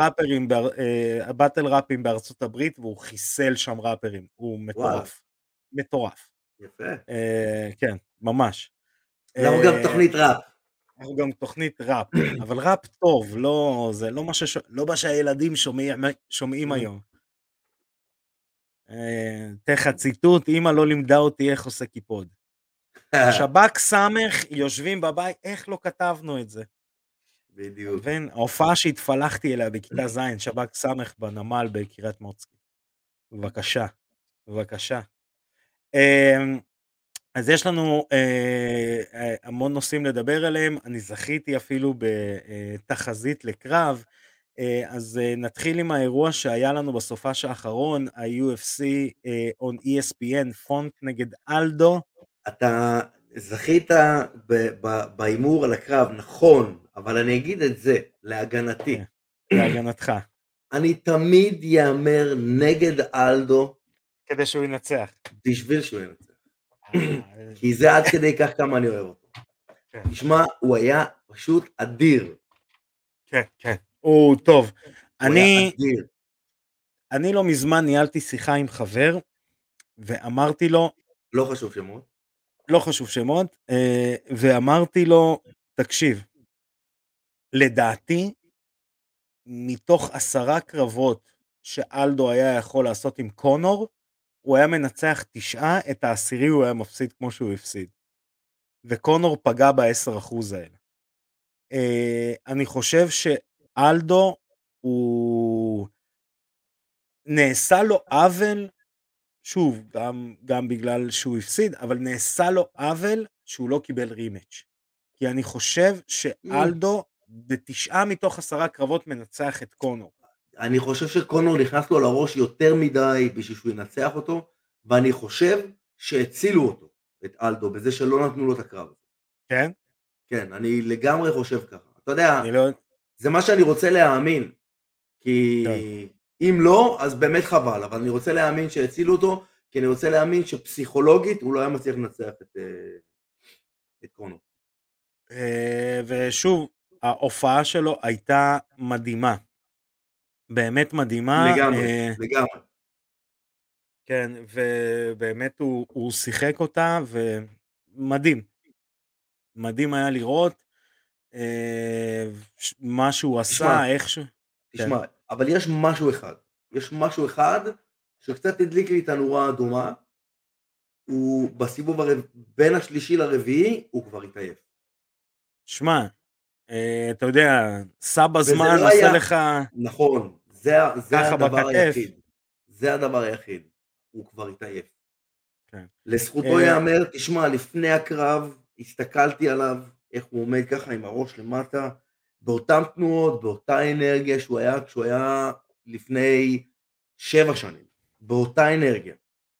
באטל ראפים בארצות הברית, והוא חיסל שם ראפרים, הוא מטורף. מטורף. יפה. כן, ממש. אנחנו גם תוכנית ראפ. אנחנו גם תוכנית ראפ, אבל ראפ טוב, זה לא מה שהילדים שומעים היום. תך הציטוט, אמא לא לימדה אותי איך עושה קיפוד. שבק סמך יושבים בבית, איך לא כתבנו את זה? בדיוק. ההופעה שהתפלחתי אליה בכיתה זין, שבק סמך בנמל בקריית מוצקי. בבקשה, בבקשה. אז יש לנו המון נושאים לדבר עליהם, אני זכיתי אפילו בתחזית לקרב, אז נתחיל עם האירוע שהיה לנו בסופש האחרון, ה-UFC on ESPN, פונט נגד אלדו. אתה זכית באימור על הקרב, נכון, אבל אני אגיד את זה, להגנתי. להגנתך. אני תמיד יאמר נגד אלדו. כדי שהוא ינצח. בשביל שהוא ינצח. כי זה עד כדי כך כמה אני אוהב אותו. תשמע, הוא היה פשוט אדיר. כן, כן. הוא טוב. אני לא מזמן ניהלתי שיחה עם חבר, ואמרתי לו... לא חשוב שמות. לא חשוב שמות, ואמרתי לו, תקשיב, לדעתי, מתוך 10 קרבות שאלדו היה יכול לעשות עם קונור, הוא היה מנצח 9, את ה10 הוא היה מפסיד כמו שהוא הפסיד. וקונור פגע ב10% האלה. אני חושב שאלדו הוא נעשה לו עוול, שוב, גם בגלל שהוא הפסיד, אבל נעשה לו עוול שהוא לא קיבל רימץ'. כי אני חושב שאלדו ב9 מתוך 10 קרבות מנצח את קונור. אני חושב שקונור נכנס לו לראש יותר מדי בשביל שהוא ינצח אותו, ואני חושב שהצילו אותו, את אלדו, בזה שלא נתנו לו את הקרב. כן? כן, אני לגמרי חושב ככה. אתה יודע, זה מה שאני רוצה להאמין, כי אם לא, אז באמת חבל, אבל אני רוצה להאמין שהצילו אותו, כי אני רוצה להאמין שפסיכולוגית הוא לא היה מצליח לנצח את קונור. ושוב, ההופעה שלו הייתה מדהימה. באמת מדהימה. לגמרי. כן, ובאמת הוא שיחק אותה, ומדהים. מדהים היה לראות מה שהוא עשה, איך ש... תשמע, אבל יש משהו אחד שקצת הדליק לי את הנורה האדומה, הוא בסיבוב בין השלישי לרביעי, הוא כבר התעייף. שמע, אתה יודע, סבא זמן עושה לך... נכון, זה הדבר היחיד. זה הדבר היחיד. הוא כבר התעייף. כן. לזכותו יאמר, תשמע, לפני הקרב, הסתכלתי עליו, איך הוא עומד ככה עם הראש למטה, באותן תנועות, באותה אנרגיה שהוא היה לפני 7 שנים. באותה אנרגיה.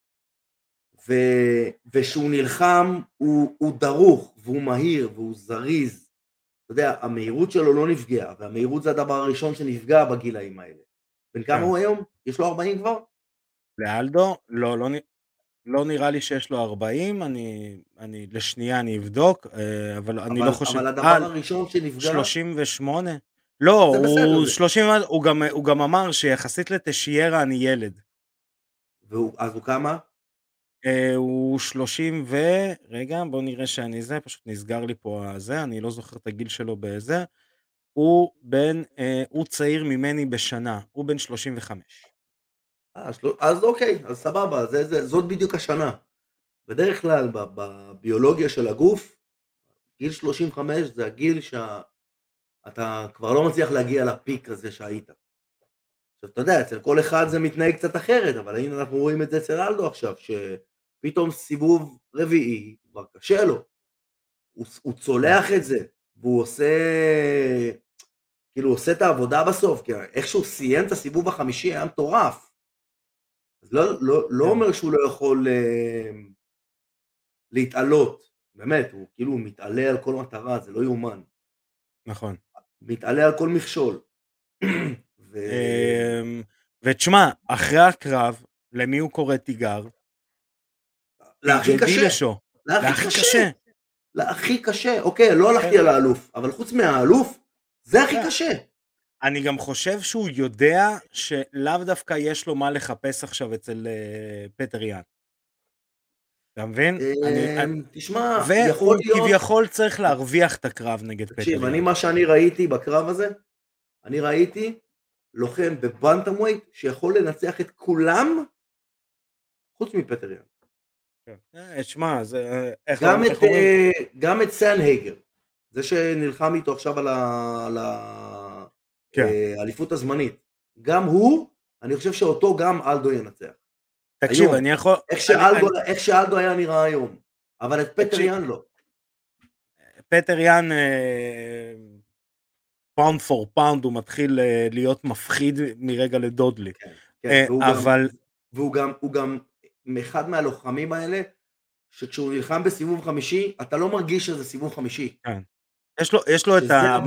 ושהוא נלחם, הוא דרוך, והוא מהיר, והוא זריז. אתה יודע, המהירות שלו לא נפגעה, והמהירות זה הדבר הראשון שנפגע בגילאים האלה. בין כמה הוא היום? יש לו 40 כבר? לאלדו? לא נראה לי שיש לו 40, לשנייה אני אבדוק, אבל אני לא חושב... אבל הדבר הראשון שנפגע... 38? לא, הוא 30, הוא גם אמר שיחסית לתשיירה אני ילד. אז הוא כמה? הוא 30 רגע, בואו נראה שאני זה, פשוט נסגר לי פה הזה, אני לא זוכר את הגיל שלו בזה. הוא צעיר ממני בשנה, הוא בן 35. אז אוקיי, אז סבבה, זאת בדיוק השנה. בדרך כלל בביולוגיה של הגוף, גיל 35 זה הגיל שאתה כבר לא מצליח להגיע לפיק הזה שהיית. עכשיו, אתה יודע, אצל כל אחד זה מתנהג קצת אחרת, אבל הנה אנחנו רואים את זה אצל אלדו עכשיו, שפתאום סיבוב רביעי, כבר קשה לו. הוא צולח את זה, והוא עושה את העבודה בסוף, כי איך שהוא סיים את הסיבוב החמישי היה מטורף. אז לא אומר שהוא לא יכול להתעלות, באמת, הוא כאילו מתעלה על כל מטרה, זה לא יאומן. נכון. מתעלה על כל מכשול. ותשמע, אחרי הקרב, למי הוא קורא תיגר? להכי קשה. להכי קשה. להכי קשה, אוקיי, לא הלכתי על האלוף, אבל חוץ מהאלוף, זה הכי קשה. אני גם חושב שהוא יודע שלאו דווקא יש לו מה לחפש עכשיו אצל פטר יאן. אתה מבין? תשמע, יכול להיות... והוא כביכול צריך להרוויח את הקרב נגד פטר יאן. תקשיב, מה שאני ראיתי בקרב הזה, אני ראיתי לוחם בבנטמווייט שיכול לנצח את כולם חוץ מפטר יאן. תשמע, זה... גם את סנהייגר, זה שנלחם איתו עכשיו על האליפות הזמנית, גם הוא, אני חושב שאותו גם אלדו ינצח. תקשיב, אני יכול... איך שאלדו היה נראה היום, אבל את פטר יאן לא. פטר יאן, פאונד פור פאונד, הוא מתחיל להיות מפחיד מרגע לדודלי. אבל... והוא גם אחד מהלוחמים האלה, שכשהוא נלחם בסיבוב חמישי, אתה לא מרגיש שזה סיבוב חמישי. כן. יש לו את ה...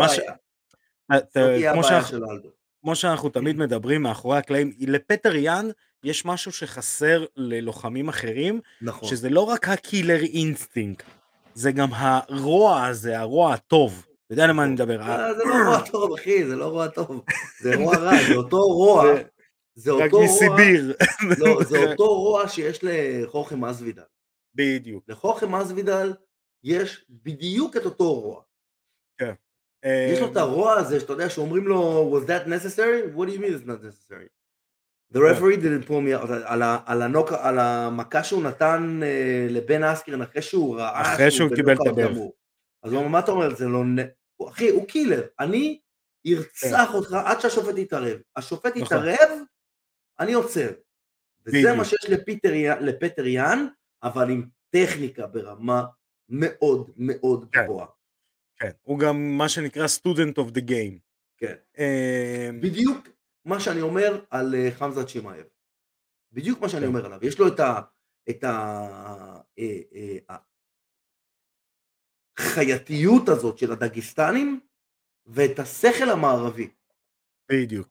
כמו שאנחנו תמיד מדברים מאחורי הקלעים, לפטר יאן יש משהו שחסר ללוחמים אחרים, שזה לא רק הקילר אינסטינקט, זה גם הרוע הזה, הרוע הטוב. אתה יודע למה אני מדבר? זה לא רוע טוב, אחי, זה לא רוע טוב. זה רוע רע, זה אותו רוע. רק מסיביר. לא, זה אותו רוע שיש לחוכם מסוידל. בדיוק. לחוכם מסוידל יש בדיוק את אותו רוע. כן. יש לו את הרוע הזה, שאתה יודע, שאומרים לו, was that necessary? What do you mean it's not necessary? The referee didn't pull me out, על המכה שהוא נתן לבן אסקרן, אחרי שהוא ראה, אחרי שהוא קיבל את הבב. אז מה אתה אומר, זה לא, אחי, הוא קילר, אני ארצח אותך עד שהשופט יתערב. השופט יתערב, אני עוצר. וזה מה שיש לפטר יאן, אבל עם טכניקה ברמה מאוד מאוד גבוהה. כן, הוא גם מה שנקרא student of the game. כן. בדיוק מה שאני אומר על חמזת שמאייב. בדיוק מה שאני אומר עליו. יש לו את החייתיות הזאת של הדגיסטנים, ואת השכל המערבי. בדיוק.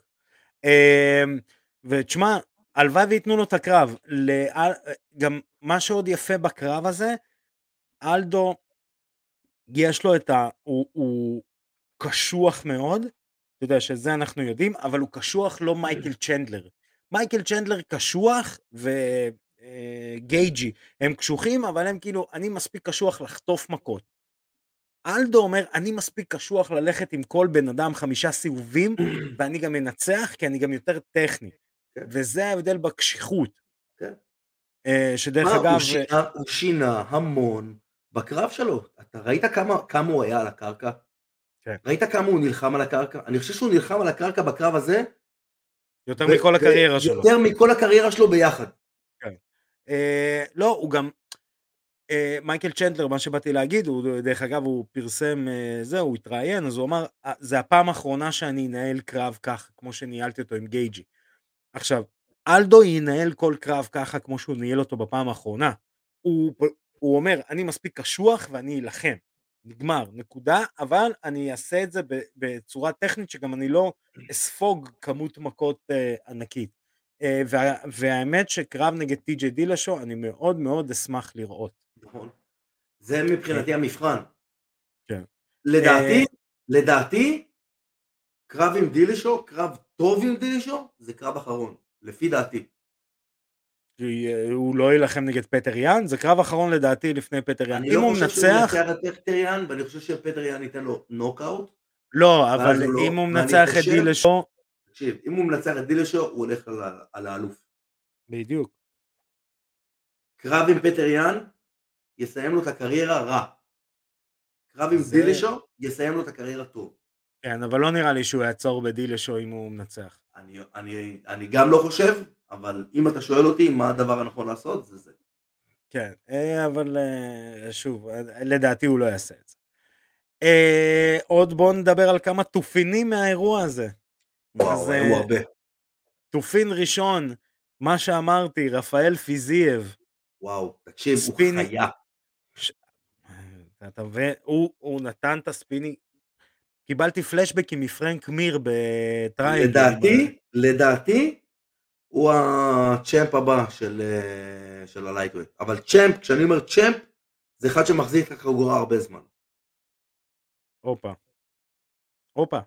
ותשמע, הלוואי ויתנו לו את הקרב. גם מה שעוד יפה בקרב הזה, אלדו, יש לו הוא קשוח מאוד, אתה יודע שזה אנחנו יודעים, אבל הוא קשוח לא מייקל צ'נדלר. מייקל צ'נדלר קשוח וגייג'י, הם קשוחים, אבל הם כאילו, אני מספיק קשוח לחטוף מכות. אלדו אומר, אני מספיק קשוח ללכת עם כל בן אדם 5 סיבובים, ואני גם מנצח, כי אני גם יותר טכני. וזה ההבדל בקשיחות. שדרך אגב... הוא שינה המון בקרב שלו. אתה ראית כמה הוא היה על הקרקע? ראית כמה הוא נלחם על הקרקע? אני חושב שהוא נלחם על הקרקע בקרב הזה. יותר מכל הקריירה שלו. יותר מכל הקריירה שלו ביחד. לא, הוא גם... מייקל צ'נדלר, מה שבאתי להגיד, דרך אגב הוא פרסם זה, הוא התראיין, אז הוא אמר, זה הפעם האחרונה שאני אנהל קרב כך, כמו שניהלתי אותו עם גייג'י. עכשיו, אלדו ינהל כל קרב ככה, כמו שהוא ניהל אותו בפעם האחרונה. הוא אומר, אני מספיק קשוח ואני אלחם. נגמר, נקודה, אבל אני אעשה את זה בצורה טכנית, שגם אני לא אספוג כמות מכות ענקית. והאמת שקרב נגד טי.ג'יי דילשו, אני מאוד מאוד אשמח לראות. נכון. זה מבחינתי המבחן. כן. לדעתי, קרב עם דילשו, קרב טוב עם דילשו, זה קרב אחרון, לפי דעתי. הוא לא ילחם נגד פטר יאן, זה קרב אחרון לדעתי לפני פטר יאן. אני לא חושב שהוא ינצח את פטר יאן, ואני חושב שפטר יאן ייתן לו נוקאוט. לא, אבל אם הוא מנצח את דילשו... תקשיב, אם הוא מנצח את דילשו, הוא הולך על האלוף. בדיוק. קרב עם פטר יאן, יסיים לו את הקריירה רע. קרב עם דילשו, יסיים לו את הקריירה טוב. כן, אבל לא נראה לי שהוא יעצור בדילשו אם הוא מנצח. אני גם לא חושב, אבל אם אתה שואל אותי מה הדבר הנכון לעשות, זה זה. כן, אבל שוב, לדעתי הוא לא יעשה את זה. עוד בוא נדבר על כמה תופינים מהאירוע הזה. וואו, היו הרבה. תופין ראשון, מה שאמרתי, רפאל פיזייב. וואו, תקשיב, הוא חיה. אתה מבין, הוא נתן את הספיני, קיבלתי פלשבקים מפרנק מיר בטריינגל. לדעתי, הוא הצ'מפ הבא של הלייטווייט. אבל צ'מפ, כשאני אומר צ'מפ, זה אחד שמחזיק את החגורה הרבה זמן. הופה.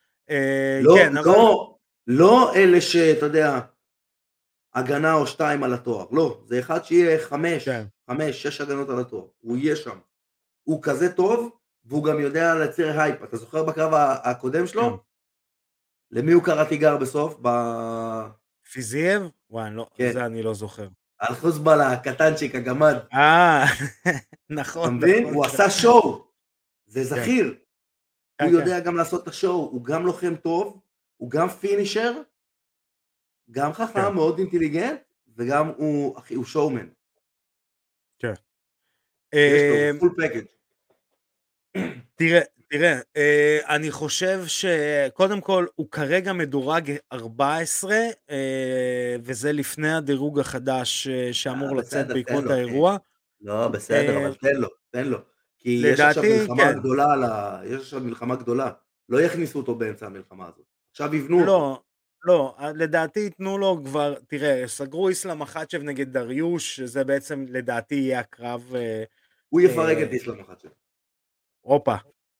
לא אלה שאתה יודע, הגנה או 2 על התואר, לא, זה אחד שיהיה 5-6 הגנות על התואר, הוא יהיה שם. הוא כזה טוב, והוא גם יודע לייצר הייפ. אתה זוכר בקרב הקודם שלו? למי הוא קרא תיגר בסוף? פיזייב? וואי, זה אני לא זוכר. על חוזבאלה, הקטנצ'יק, הגמד. נכון. אתה מבין? הוא עשה שואו. זה זכיר. הוא יודע גם לעשות את השואו. הוא גם לוחם טוב, הוא גם פינישר, גם חכם, מאוד אינטליגנט, וגם הוא שואומן. כן. יש לו פול פקאג'. תראה, אני חושב שקודם כל הוא כרגע מדורג 14, וזה לפני הדירוג החדש שאמור לצאת בעקבות האירוע. לא, בסדר, אבל תן לו. כי יש עכשיו מלחמה גדולה. לא יכניסו אותו באמצע המלחמה הזאת. עכשיו יבנו אותו. לא, לדעתי ייתנו לו כבר, תראה, סגרו איסלאם מחצ'ב נגד דריוש, שזה בעצם לדעתי יהיה הקרב. הוא יפרק את איסלאם מחצ'ב. הופה.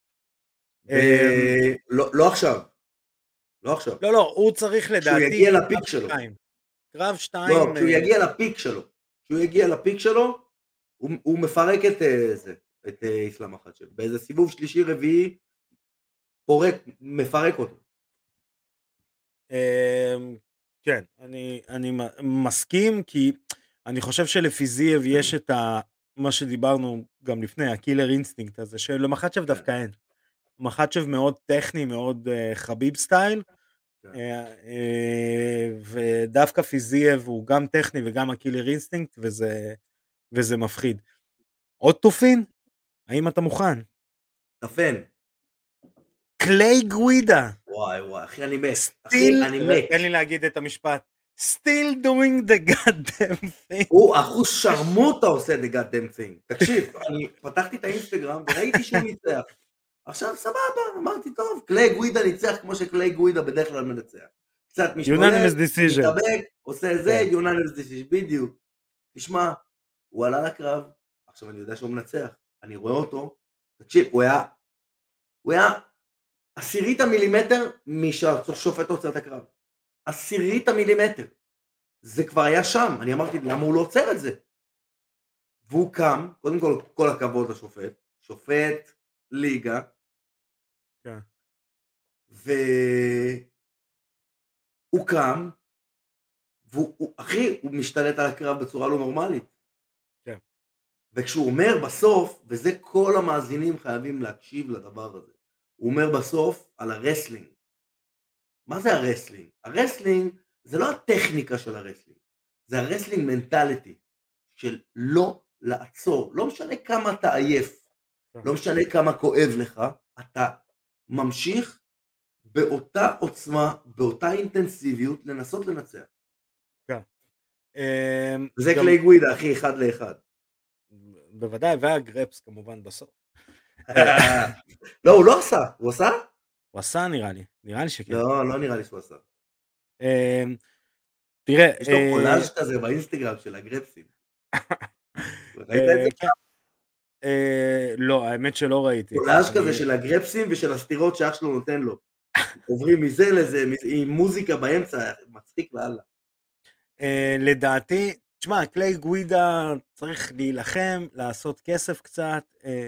לא עכשיו. לא, הוא צריך לדעתי... כשהוא יגיע לפיק שלו. קרב 2... לא, כשהוא יגיע לפיק שלו, הוא מפרק את איסלאם מחצ'ב. באיזה סיבוב שלישי רביעי, מפרק אותו. כן, אני מסכים, כי אני חושב שלפיזייב יש את מה שדיברנו גם לפני, הקילר אינסטינקט הזה, שלמחצ'ב דווקא אין. מחצ'ב מאוד טכני, מאוד חביב סטייל, ודווקא פיזייב הוא גם טכני וגם הקילר אינסטינקט, וזה מפחיד. עוד תופין? האם אתה מוכן? תפן. קליי גווידה. וואי, אחי אני מת. תן לי להגיד את המשפט. Still doing the goddamn thing. הוא אחוז שרמוטה עושה the goddamn thing. תקשיב, אני פתחתי את האינסטגרם וראיתי שהוא ניצח. עכשיו סבבה, אמרתי טוב, קליי גווידה ניצח כמו שקליי גווידה בדרך כלל מנצח. קצת משתולל, מתאבק, עושה זה, unanimous decision, בדיוק. תשמע, הוא עלה לקרב, עכשיו אני יודע שהוא מנצח, אני רואה אותו, תקשיב, הוא היה 10 מילימטר משופט עוצר את הקרב. 10 מילימטר. זה כבר היה שם, אני אמרתי, למה הוא לא עוצר את זה? והוא קם, קודם כל הכבוד לשופט, שופט ליגה, כן. והוא קם, אחי, הוא משתלט על הקרב בצורה לא נורמלית. כן. וכשהוא אומר בסוף, וזה כל המאזינים חייבים להקשיב לדבר הזה, הוא אומר בסוף על הרסלינג. מה זה הרסלינג? הרסלינג זה לא הטכניקה של הרסלינג, זה הרסלינג מנטליטי, של לא לעצור, לא משנה כמה אתה עייף, לא משנה כמה כואב לך, אתה ממשיך באותה עוצמה, באותה אינטנסיביות, לנסות לנצח. כן. זה קליי גווידה, אחי, 1-1. בוודאי, והגרפס כמובן בסוף. לא, הוא לא עשה, הוא עשה? הוא עשה נראה לי שכן. לא נראה לי שהוא עשה. תראה. יש לו קולאז' כזה באינסטגרם של הגרפסים. ראית את זה? לא, האמת שלא ראיתי. קולאז' כזה של הגרפסים ושל הסתירות שאח שלו נותן לו. עוברים מזה לזה, עם מוזיקה באמצע, מצחיק לאללה. לדעתי, תשמע, קליי גווידה צריך להילחם, לעשות כסף קצת,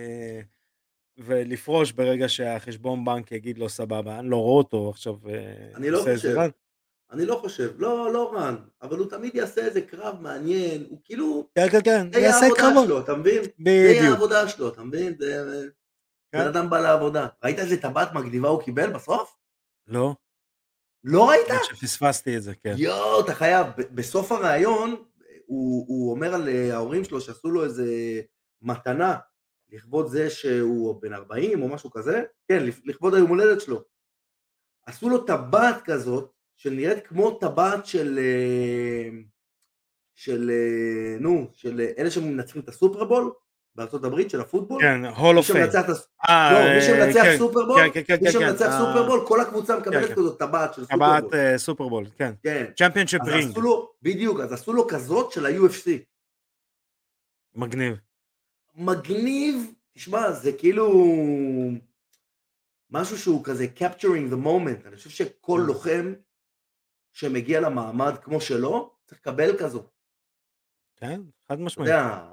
ולפרוש ברגע שהחשבון בנק יגיד לו סבבה, אני לא רואה אותו עכשיו אני לא עושה איזה חושב, רן. אני לא חושב, לא רן, אבל הוא תמיד יעשה איזה קרב מעניין, הוא כאילו, כן, כן, כן, זה יהיה יעשה העבודה קרבות. שלו, אתה מבין? זה יהיה בדיוק. העבודה שלו, אתה מבין? בן כן? אדם בא לעבודה. ראית איזה טבעת מגניבה הוא קיבל בסוף? לא, לא ראית? האמת שפספסתי את זה, כן. יואו, אתה חייב, בסוף הראיון, הוא אומר על ההורים שלו שעשו לו איזה מתנה, לכבוד זה שהוא בן 40 או משהו כזה, כן, לכבוד היום הולדת שלו. עשו לו טבעת כזאת, שנראית כמו טבעת של אלה שמנצחים את הסופרבול, בארצות הברית, של הפוטבול. כן, הול אוף פיים. מי שמנצח כן, סופרבול, כן, כן, מי כן, שמנצח כן. סופרבול, כל הקבוצה מקבלת כן. כזאת טבעת של טבעת סופרבול. סופרבול, כן. כן. צ'מפיונשיפ אז רינג. עשו לו, בדיוק, אז עשו לו כזאת של ה-UFC. מגניב. מגניב, תשמע, זה כאילו משהו שהוא כזה capturing the moment. אני חושב שכל לוחם שמגיע למעמד כמו שלו, צריך לקבל כזו. כן, חד אתה משמעית. יודע,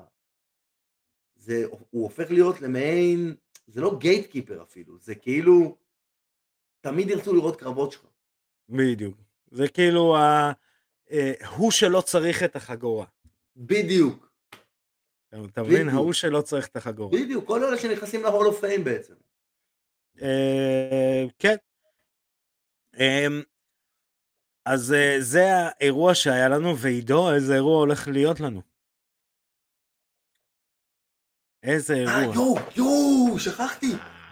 הוא הופך להיות למעין, זה לא גייטקיפר אפילו, זה כאילו, תמיד ירצו לראות קרבות שלך. בדיוק. זה כאילו הוא שלא צריך את החגורה. בדיוק. אתה מבין? ההוא שלא צריך את החגורה. בדיוק, כל אלה שנכנסים להול אוף פיים בעצם. כן. אז זה האירוע שהיה לנו, ועידו, איזה אירוע הולך להיות לנו? איזה אירוע? יואו, שכחתי.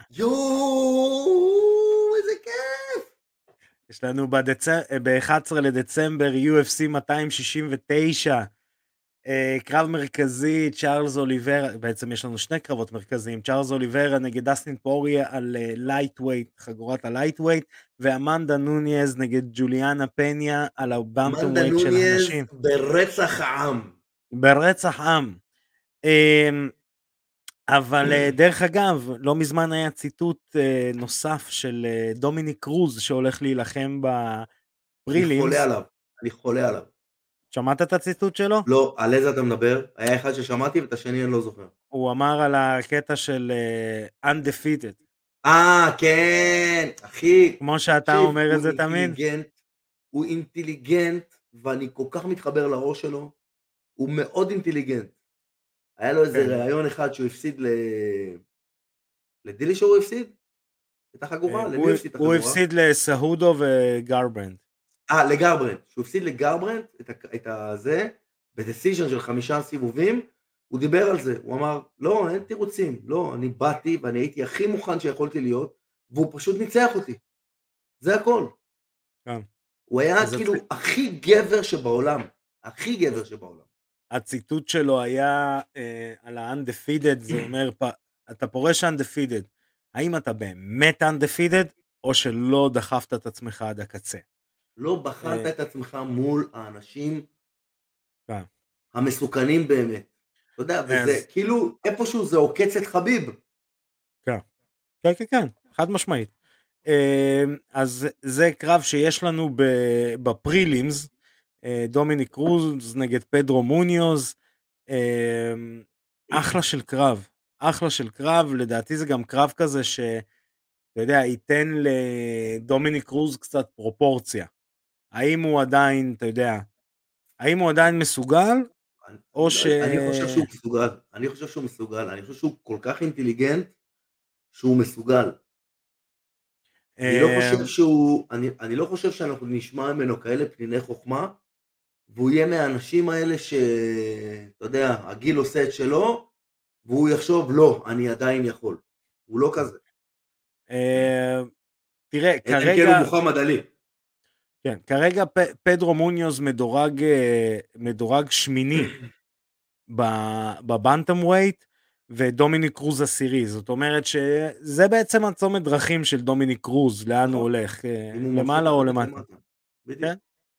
איזה כיף. יש לנו ב-11 לדצמבר UFC 269, קרב מרכזי, צ'ארלס אוליברה, בעצם יש לנו שני קרבות מרכזיים, צ'ארלס אוליברה נגד דסטין פוריה על לייטווייט, חגורת הלייטווייט, ואמנדה נוניז נגד ג'וליאנה פניה על הבנטומווייט של הנשים. ברצח עם. ברצח עם. אבל דרך אגב, לא מזמן היה ציטוט נוסף של דומיניק קרוז שהולך להילחם בפרילימס. אני חולה עליו. שמעת את הציטוט שלו? לא, על איזה אתה מדבר? היה אחד ששמעתי ואת השני אני לא זוכר. הוא אמר על הקטע של undefeated. כן, אחי. כמו שאתה אומר את זה תמיד. הוא אינטליגנט, ואני כל כך מתחבר לראש שלו. הוא מאוד אינטליגנט. היה לו איזה רעיון אחד שהוא הפסיד לדילי שהוא הפסיד? את החגורה? הוא הפסיד לסהודו וגרברנד. לגרברנד. שהוא הפסיד לגרברנד את הזה, בדסיז'ן של 5 סיבובים, הוא דיבר על זה. הוא אמר, לא, אין תירוצים. לא, אני באתי ואני הייתי הכי מוכן שיכולתי להיות, והוא פשוט ניצח אותי. זה הכל. הוא היה כאילו הכי גבר שבעולם. הכי גבר שבעולם. הציטוט שלו היה על ה-undefeated, זה אומר, אתה פורש undefeated, האם אתה באמת undefeated, או שלא דחפת את עצמך עד הקצה? לא בחרת את עצמך מול האנשים המסוכנים באמת. אתה יודע, וזה כאילו, איפשהו זה עוקץ את חביב. כן, חד משמעית. אז זה קרב שיש לנו בפרילימס, דומיניק קרוז נגד פדרו מוניוז, אחלה של קרב, לדעתי זה גם קרב כזה שאתה יודע, ייתן לדומיניק קרוז קצת פרופורציה. האם הוא עדיין, אתה יודע, האם הוא עדיין מסוגל, או אני חושב שהוא מסוגל, אני חושב שהוא כל כך אינטליגנט, שהוא מסוגל. אני לא חושב שאנחנו נשמע ממנו כאלה פניני חוכמה, והוא יהיה מהאנשים האלה שאתה יודע, הגיל עושה את שלו, והוא יחשוב, לא, אני עדיין יכול. הוא לא כזה. תראה, כרגע... מוחמד עלי. כן, כרגע פדרו מוניוז מדורג שמיני בבנטם ווייט, ודומיניק קרוז עשירי. זאת אומרת שזה בעצם הצומת דרכים של דומיניק קרוז, לאן הוא הולך, למעלה או למטה. כן?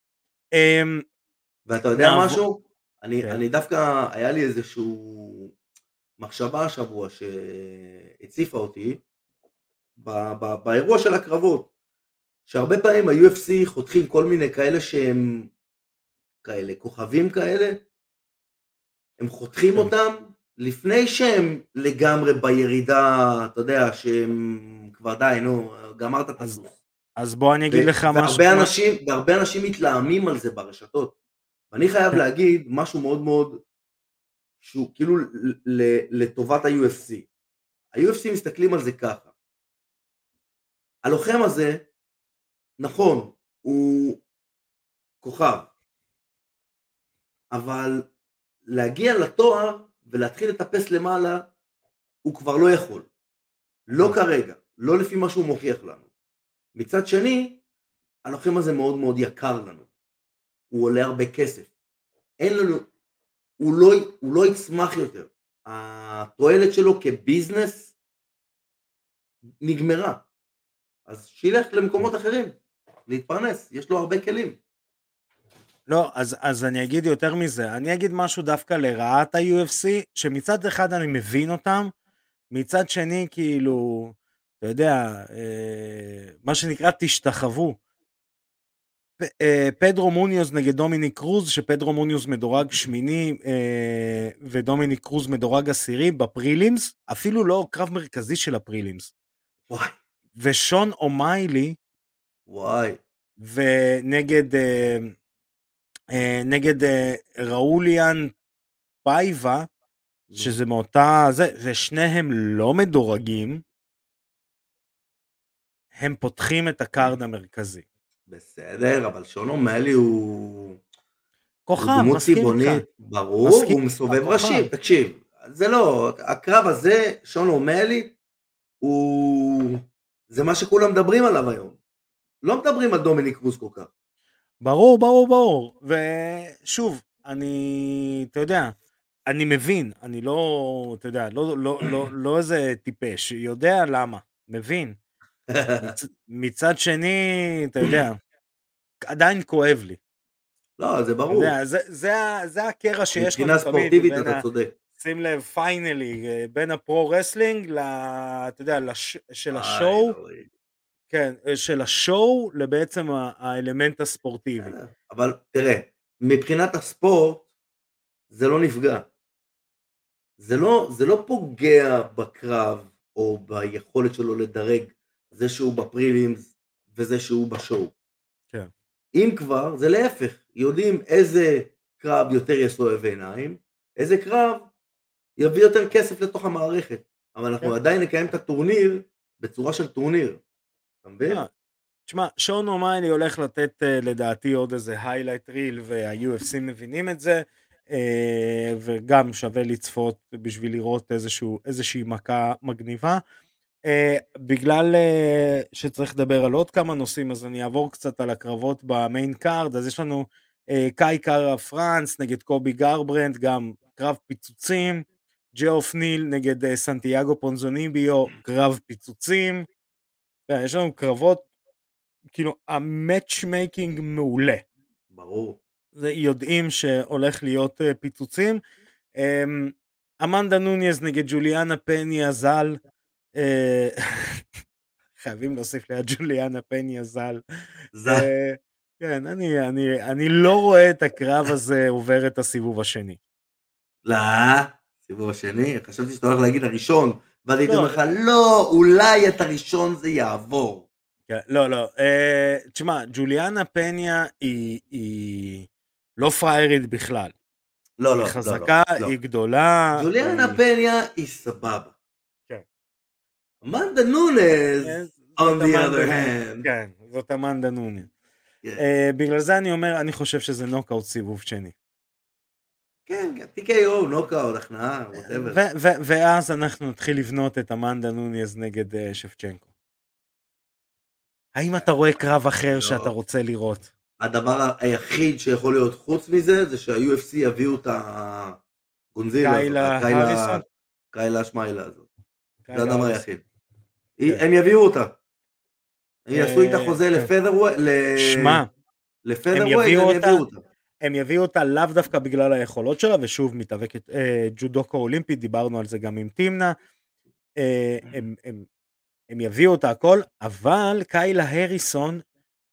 ואתה יודע משהו? אני דווקא, היה לי איזשהו מחשבה השבוע שהציפה אותי, באירוע של הקרבות, שהרבה פעמים ה-UFC חותכים כל מיני כאלה שהם כאלה, כוכבים כאלה, הם חותכים אותם לפני שהם לגמרי בירידה, אתה יודע, שהם כבר די, נו, גמרת את הסוס. אז בוא אני אגיד לך משהו. והרבה אנשים מתלהמים על זה ברשתות. ואני חייב להגיד משהו מאוד מאוד, שהוא כאילו לטובת ה-UFC. ה-UFC מסתכלים על זה ככה. הלוחם הזה, נכון, הוא כוכב, אבל להגיע לתואר ולהתחיל לטפס למעלה, הוא כבר לא יכול. לא כרגע, לא לפי מה שהוא מוכיח לנו. מצד שני, הלוחם הזה מאוד מאוד יקר לנו. הוא עולה הרבה כסף. אין לנו, הוא לא יצמח יותר. התועלת שלו כביזנס נגמרה. אז שילך למקומות אחרים, להתפרנס, יש לו הרבה כלים. לא, אז אני אגיד יותר מזה, אני אגיד משהו דווקא לרעת ה-UFC, שמצד אחד אני מבין אותם, מצד שני כאילו, אתה יודע, מה שנקרא תשתחוו. פדרו מוניוז נגד דומיניק קרוז, שפדרו מוניוז מדורג שמיני ודומיניק קרוז מדורג עשירי בפרילימס, אפילו לא קרב מרכזי של הפרילימס. וואי. ושון אומיילי, וואי. ונגד נגד ראוליאן פייבה, שזה מאותה, ושניהם לא מדורגים, הם פותחים את הקארד המרכזי. בסדר, אבל שון אומיילי הוא... כוכב, הוא דמות מסכים צבעונית, איתך. ברור, הוא מסובב ראשים, תקשיב, זה לא, הקרב הזה, שון אומיילי, זה מה שכולם מדברים עליו היום. לא מדברים על דומיניק קרוז כל כך. ברור, ושוב, אתה יודע, אני מבין, אני לא, אתה יודע, לא איזה טיפש, יודע למה, מבין. מצד שני, אתה יודע, עדיין כואב לי. לא, זה ברור. זה הקרע שיש לנו מבחינה ספורטיבית, אתה צודק. שים לב, פיינלי, בין הפרו-רסלינג, אתה יודע, של השואו, כן, של השואו לבעצם האלמנט הספורטיבי. אבל תראה, מבחינת הספורט, זה לא נפגע. זה לא פוגע בקרב, או ביכולת שלו לדרג, זה שהוא בפרילימס, וזה שהוא בשואו. כן. אם כבר, זה להפך. יודעים איזה קרב יותר יסועב עיניים, איזה קרב יביא יותר כסף לתוך המערכת. אבל אנחנו עדיין נקיים את הטורניר, בצורה של טורניר. אתה מבין? תשמע, שון אומיילי הולך לתת לדעתי עוד איזה highlight reel, וה-UFC מבינים את זה, וגם שווה לצפות בשביל לראות איזושהי מכה מגניבה. בגלל שצריך לדבר על עוד כמה נושאים, אז אני אעבור קצת על הקרבות במיין קארד. אז יש לנו קאי קארה פרנס נגד קובי גרברנד, גם קרב פיצוצים, ג'אוף ניל נגד סנטיאגו פונזוניביו, קרב פיצוצים. יש לנו קרבות, כאילו המאץ'-מייקינג מעולה. ברור. יודעים שהולך להיות פיצוצים. אמנדה נוניז נגד ג'וליאנה פניה ז"ל, חייבים להוסיף ליד ג'וליאנה פניה ז"ל. כן, אני לא רואה את הקרב הזה עובר את הסיבוב השני. לא, סיבוב השני, חשבתי שאתה הולך להגיד הראשון, ואז הייתי אומר לך, לא, אולי את הראשון זה יעבור. לא, תשמע, ג'וליאנה פניה היא לא פריירית בכלל. לא. היא חזקה, היא גדולה. ג'וליאנה פניה היא סבבה. כן. אמנדה נונז, on the other hand. כן, זאת אמנדה נונז. בגלל זה אני אומר, אני חושב שזה נוקאוט סיבוב שני. כן, TKO, נוקאוט, הכנעה, whatever. ואז אנחנו נתחיל לבנות את אמנדה נונז נגד שפצ'נקו. האם אתה רואה קרב אחר שאתה רוצה לראות? הדבר היחיד שיכול להיות חוץ מזה, זה שה-UFC יביאו את הגונזילה, קיילה שמיילה הזאת. זה הדבר היחיד. הם יביאו אותה. הם יעשו איתה חוזה לפדרווייט, הם יביאו אותה. הם יביאו אותה לאו דווקא בגלל היכולות שלה, ושוב מתאבקת ג'ודוקו אולימפית, דיברנו על זה גם עם טימנה, הם יביאו אותה הכל, אבל קיילה הריסון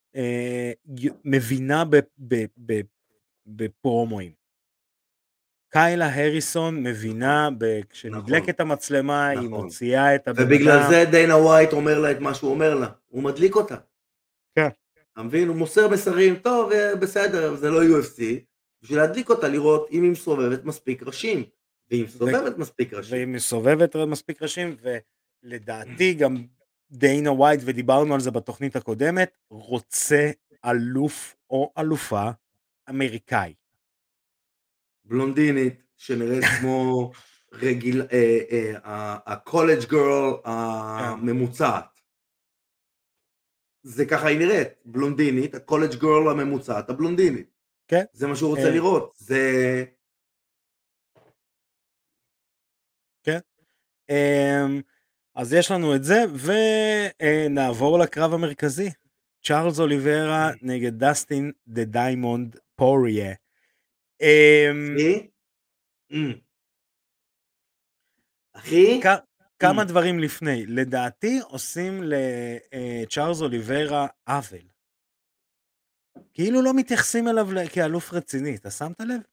מבינה בפרומואים. קיילה הריסון מבינה, כשנדלקת המצלמה, היא נכון. מוציאה את הבן ובגלל אדם. זה דיינה ווייט אומר לה את מה שהוא אומר לה, הוא מדליק אותה. כן. אתה מבין? הוא מוסר מסרים, טוב, בסדר, זה לא UFC, בשביל להדליק אותה, לראות אם היא מסובבת מספיק ראשים, והיא מסובבת מספיק ראשים. והיא מסובבת מספיק ראשים, ולדעתי גם דיינה ווייט, ודיברנו על זה בתוכנית הקודמת, רוצה אלוף או אלופה אמריקאי. בלונדינית, שנראית כמו רגיל, הקולג' גרל הממוצעת. זה ככה היא נראית, בלונדינית, הקולג' גרל הממוצעת, הבלונדינית. כן. זה מה שהוא רוצה לראות, זה... כן. אז יש לנו את זה, ונעבור לקרב המרכזי. צ'ארלס אוליברה נגד דסטין דה דיימונד פוריה. אחי? כמה דברים לפני. לדעתי עושים לצ'ארלס אוליברה עוול. כאילו לא מתייחסים אליו כאלוף רציני, אתה שמת לב?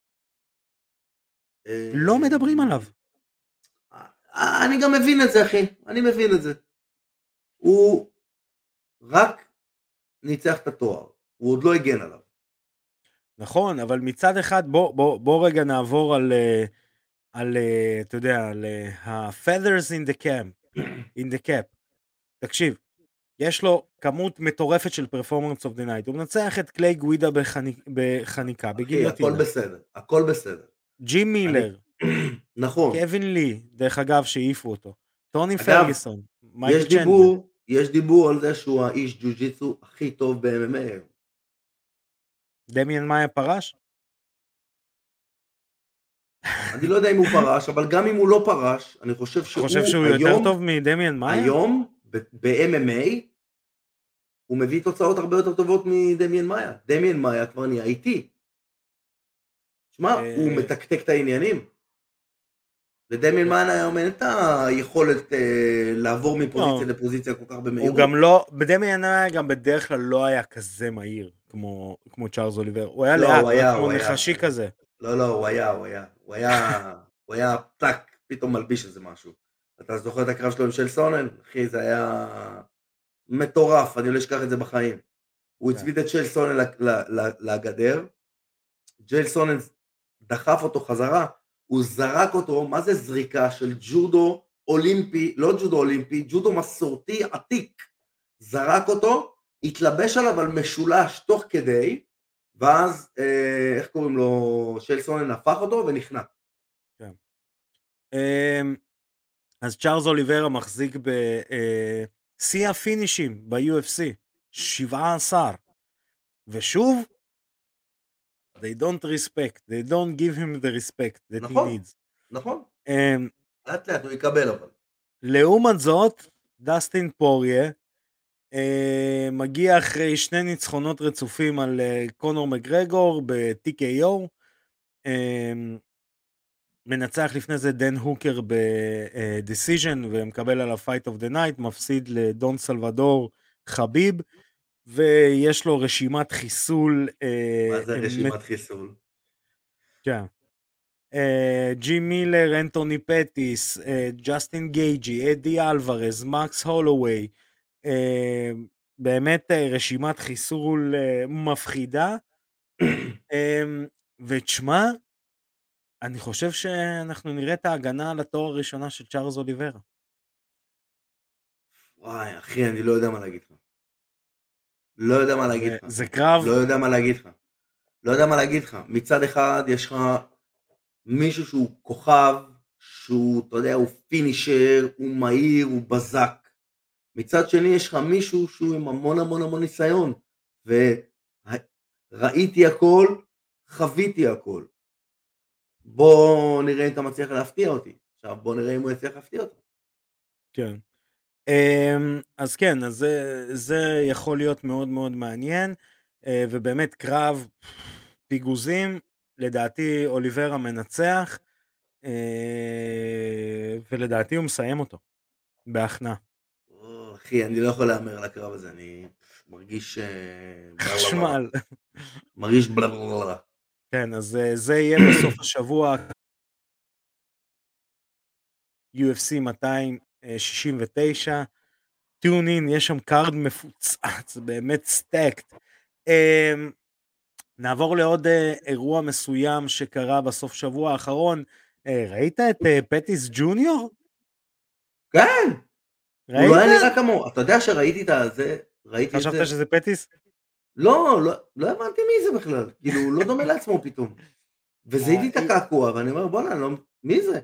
לא מדברים עליו. אני גם מבין את זה, אחי. אני מבין את זה. הוא רק ניצח את התואר. הוא עוד לא הגן עליו. נכון, אבל מצד אחד, בוא רגע נעבור על אתה יודע, על ה-feathers in the cap. תקשיב, יש לו כמות מטורפת של performance of the night. הוא מנצח את קליי גווידה בחניקה, בגיליוטינה. הכל בסדר, הכל בסדר. ג'ים מילר. נכון. קווין לי, דרך אגב, שהעיפו אותו. טוני פרגיסון. יש דיבור על זה שהוא האיש ג'ו-ג'יצו הכי טוב ב-MMA. דמיאן מאיה פרש? אני לא יודע אם הוא פרש, אבל גם אם הוא לא פרש, אני חושב שהוא יותר טוב מדמיאן מאיה? היום, ב-MMA, הוא מביא תוצאות הרבה יותר טובות מדמיאן מאיה. דמיאן מאיה כבר נהיה איטי. שמע, הוא מתקתק את העניינים. לדמיאן מאיה היום אין את היכולת לעבור מפוזיציה לפוזיציה כל כך במהירות. הוא גם לא, בדמיאן מאיה גם בדרך כלל לא היה כזה מהיר, כמו צ'ארלס אוליבר. הוא היה לאט, כמו נחשי כזה. לא, הוא היה טק, פתאום מלביש איזה משהו. אתה זוכר את הקרב שלו עם של סונן? אחי, זה היה מטורף, אני לא אשכח את זה בחיים. הוא הצמיד את של סונן לגדר, ג'ל סונן דחף אותו חזרה, הוא זרק אותו, מה זה זריקה של ג'ודו אולימפי, לא ג'ודו אולימפי, ג'ודו מסורתי עתיק, זרק אותו, התלבש עליו על משולש תוך כדי, ואז, איך קוראים לו, של סונן הפך אותו ונכנע. כן. אז צ'ארלס אוליברה מחזיק בשיא הפינישים ב-UFC, 17. ושוב, they don't respect, they don't give him the respect that he needs. נכון. לאט לאט הוא יקבל אבל. לעומת זאת, דסטין פוריה, מגיע אחרי 2 ניצחונות רצופים על קונור מגרגור ב-TKO, מנצח לפני זה דן הוקר ב-Decision ומקבל עליו Fight of the Night, מפסיד לדון סלבדור חביב, ויש לו רשימת חיסול. מה זה רשימת חיסול? כן. ג'ים מילר, אנטוני פטיס, ג'סטין גייג'י, אדי אלוורז, מקס הולווי, באמת רשימת חיסול מפחידה, ותשמע, אני חושב שאנחנו נראה את ההגנה על התואר הראשונה של צ'ארלס אוליברה. וואי, אחי, אני לא יודע מה להגיד לך. לא יודע מה להגיד לך. זה קרב. לא יודע מה להגיד לך. לא יודע מה להגיד לך. מצד אחד יש לך מישהו שהוא כוכב, שהוא, אתה יודע, הוא פינישר, הוא מהיר, הוא בזק. מצד שני יש לך מישהו שהוא עם המון המון המון ניסיון, וראיתי הכל, חוויתי הכל. בוא נראה אם אתה מצליח להפתיע אותי. עכשיו בוא נראה אם הוא יצליח להפתיע אותי. כן. אז כן, אז זה יכול להיות מאוד מאוד מעניין, ובאמת קרב פיגוזים, לדעתי אוליברה מנצח, ולדעתי הוא מסיים אותו, בהכנעה. אחי, אני לא יכול להאמר על הקרב הזה, אני מרגיש... חשמל. מרגיש בלבלבלה. כן, אז זה יהיה בסוף השבוע UFC 269, טיונין, יש שם קארד מפוצץ, באמת סטקט. נעבור לעוד אירוע מסוים שקרה בסוף שבוע האחרון. ראית את פטיס ג'וניור? כן! הוא ראית? לא היה נראה כמו, אתה יודע שראיתי את זה, ראיתי את זה. חשבת שזה פטיס? לא הבנתי מי זה בכלל, כאילו הוא לא דומה לעצמו פתאום. וזיהיתי את הקעקוע, ואני אומר בוא'נה, מי זה?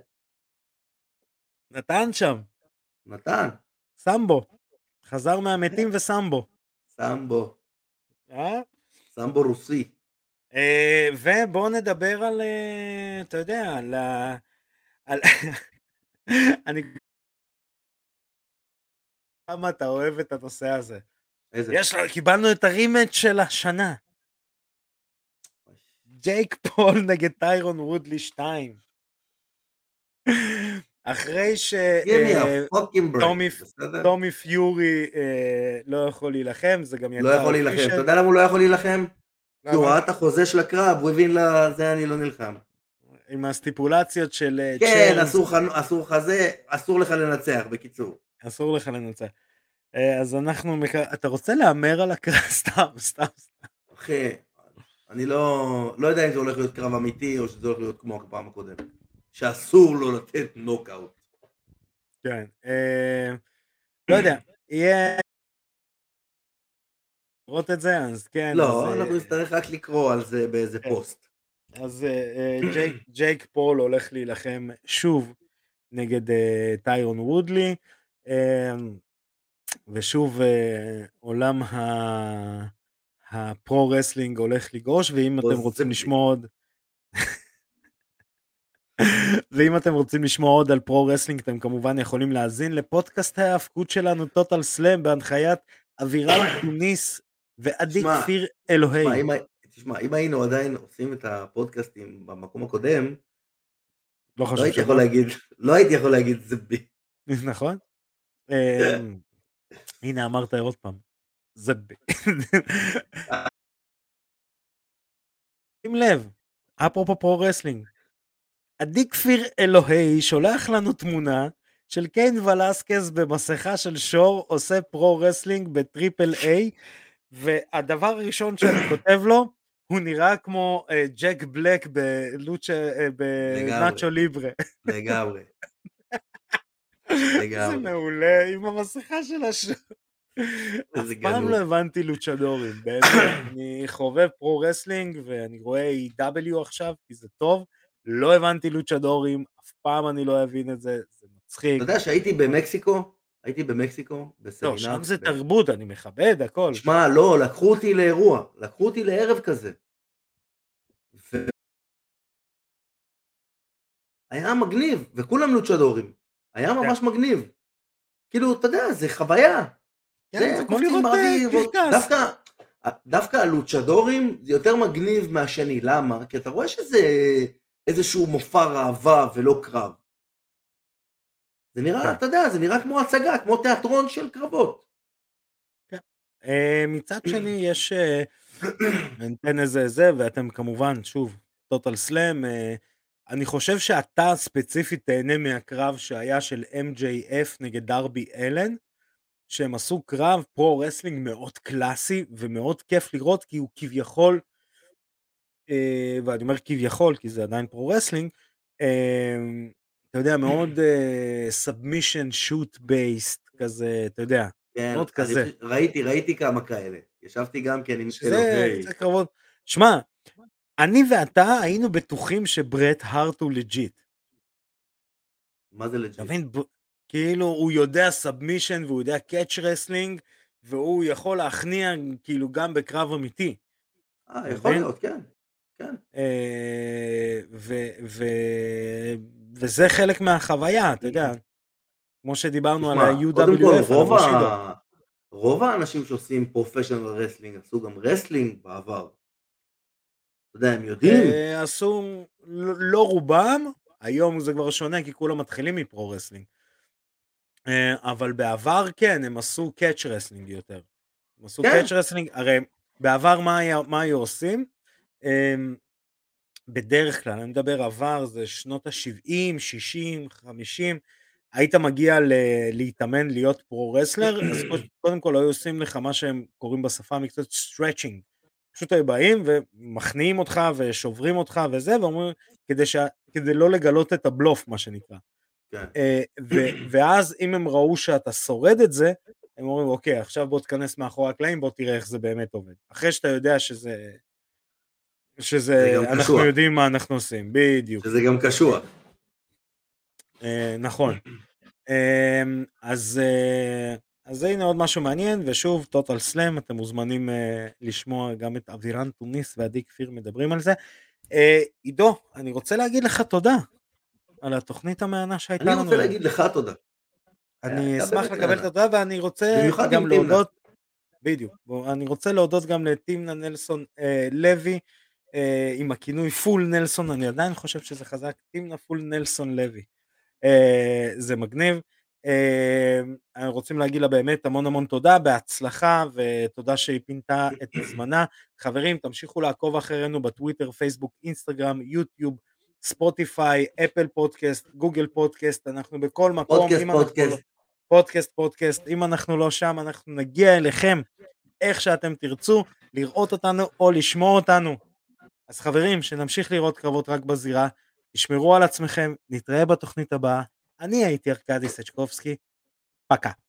נתן שם. נתן. סמבו. חזר מהמתים וסמבו. סמבו. סמבו רוסי. ובואו נדבר על, אתה יודע, על אני... כמה אתה אוהב את הנושא הזה. איזה? קיבלנו את הרימץ' של השנה. ג'ייק פול נגד טיירון וודלי 2. אחרי טומי פיורי לא יכול להילחם, זה גם לא יכול להילחם. אתה יודע למה הוא לא יכול להילחם? כי הוא ראה את החוזה של הקרב, הוא הבין לזה אני לא נלחם. עם הסטיפולציות של... כן, אסור חזה, אסור לך לנצח, בקיצור. אסור לך לנצח. אז אנחנו... אתה רוצה לאמר על הקרב? סתם. אחי, אני לא יודע אם זה הולך להיות קרב אמיתי, או שזה הולך להיות כמו הפעם הקודמת. שאסור לו לתת נוקאוט. כן. לא יודע, יהיה... לראות את זה, אז כן. לא, אנחנו נצטרך רק לקרוא על זה באיזה פוסט. אז ג'ייק פול הולך להילחם שוב נגד טיירון וודלי, ושוב עולם הפרו-רסלינג הולך לגרוש, ואם אתם רוצים לשמוע עוד... ואם אתם רוצים לשמוע עוד על פרו-רסלינג, אתם כמובן יכולים להאזין לפודקאסט ההפקות שלנו, טוטל סלאם, בהנחיית אבירל טוניס ועדי כפיר אלוהי. תשמע, אם היינו עדיין עושים את הפודקאסטים במקום הקודם, לא הייתי יכול להגיד זה בי. נכון? הנה אמרת עוד פעם, זה בי. שים לב, אפרופו פרו-רסלינג, עדי כפיר אלוהי שולח לנו תמונה של קיין ולסקס במסכה של שור עושה פרו-רסלינג בטריפל איי, והדבר הראשון שאני כותב לו, הוא נראה כמו ג'ק בלק בנאצ'ו ליברה. לגמרי. זה מעולה, עם המסכה של השור. אף פעם לא הבנתי לוצ'דורים, באמת, אני חובב פרו-רסלינג, ואני רואה EW עכשיו, כי זה טוב, לא הבנתי לוצ'דורים, אף פעם אני לא אבין את זה, זה מצחיק. אתה יודע שהייתי במקסיקו, בסמינר. לא, שם זה תרבות, אני מכבד, הכל. שמע, לא, לקחו אותי לאירוע, לקחו אותי לערב כזה. היה מגניב, וכולם לוצ'דורים. היה ממש מגניב. כאילו, אתה יודע, זה חוויה. זה כמו לראות קרקס. דווקא הלוצ'דורים זה יותר מגניב מהשני, למה? כי אתה רואה שזה איזשהו מופע ראווה ולא קרב. זה נראה, אתה יודע, זה נראה כמו הצגה, כמו תיאטרון של קרבות. מצד שני יש, נתן איזה, ואתם כמובן, שוב, טוטל סלאם, אני חושב שאתה ספציפית תהנה מהקרב שהיה של MJF נגד דרבי אלן, שהם עשו קרב פרו-רסלינג מאוד קלאסי, ומאוד כיף לראות, כי הוא כביכול, ואני אומר כביכול, כי זה עדיין פרו-רסלינג, אתה יודע, מאוד submission shoot based, כזה, אתה יודע, מאוד כזה. ראיתי כמה כאלה, ישבתי גם כן עם אלוהי. זה קרבות, שמע, אני ואתה היינו בטוחים שברט הארט הוא לג'יט. מה זה לג'יט? כאילו הוא יודע סאבמישן והוא יודע קאץ' רסלינג, והוא יכול להכניע כאילו גם בקרב אמיתי. יכול להיות, כן. וזה חלק מהחוויה, אתה יודע. כמו שדיברנו על ה-UWF. רוב האנשים שעושים פרופשיונל רסלינג עשו גם רסלינג בעבר. אתה יודע, הם יודעים. עשו, לא רובם, היום זה כבר שונה כי כולם מתחילים מפרו-רסלינג. אבל בעבר כן, הם עשו קאץ' רסלינג יותר. הם עשו קאץ' רסלינג, הרי בעבר מה היו עושים? בדרך כלל, אני מדבר עבר, זה שנות ה-70, 60, 50, היית מגיע להתאמן להיות פרו-רסלר, אז קודם כל היו עושים לך מה שהם קוראים בשפה המקצועית stretching, פשוט היו באים ומכניעים אותך ושוברים אותך וזה, ואומרים, כדי לא לגלות את הבלוף, מה שנקרא. ואז אם הם ראו שאתה שורד את זה, הם אומרים, אוקיי, עכשיו בוא תכנס מאחורי הקלעים, בוא תראה איך זה באמת עובד. אחרי שאתה יודע אנחנו יודעים מה אנחנו עושים, בדיוק. שזה גם קשוח. נכון. אז הנה עוד משהו מעניין, ושוב, טוטל סלאם, אתם מוזמנים לשמוע גם את אבירן תוניס ועדי כפיר מדברים על זה. עידו, אני רוצה להגיד לך תודה על התוכנית המענה שהייתה לנו. אני רוצה להגיד לך תודה. אני אשמח לקבל את התודה, ואני רוצה גם להודות, בדיוק, אני רוצה להודות גם לתימנה נלסון לוי, עם הכינוי פול נלסון, אני עדיין חושב שזה חזק, תימנה פול נלסון לוי. זה מגניב. רוצים להגיד לה באמת המון תודה, בהצלחה, ותודה שהיא פינתה את זמנה. חברים, תמשיכו לעקוב אחרינו בטוויטר, פייסבוק, אינסטגרם, יוטיוב, ספוטיפיי, אפל פודקאסט, גוגל פודקאסט, אנחנו בכל מקום. פודקאסט, אם אנחנו לא שם, אנחנו נגיע אליכם איך שאתם תרצו, לראות אותנו או לשמוע אותנו. אז חברים, שנמשיך לראות קרבות רק בזירה, תשמרו על עצמכם, נתראה בתוכנית הבאה. אני הייתי ארקדי סצ'קובסקי, פקה.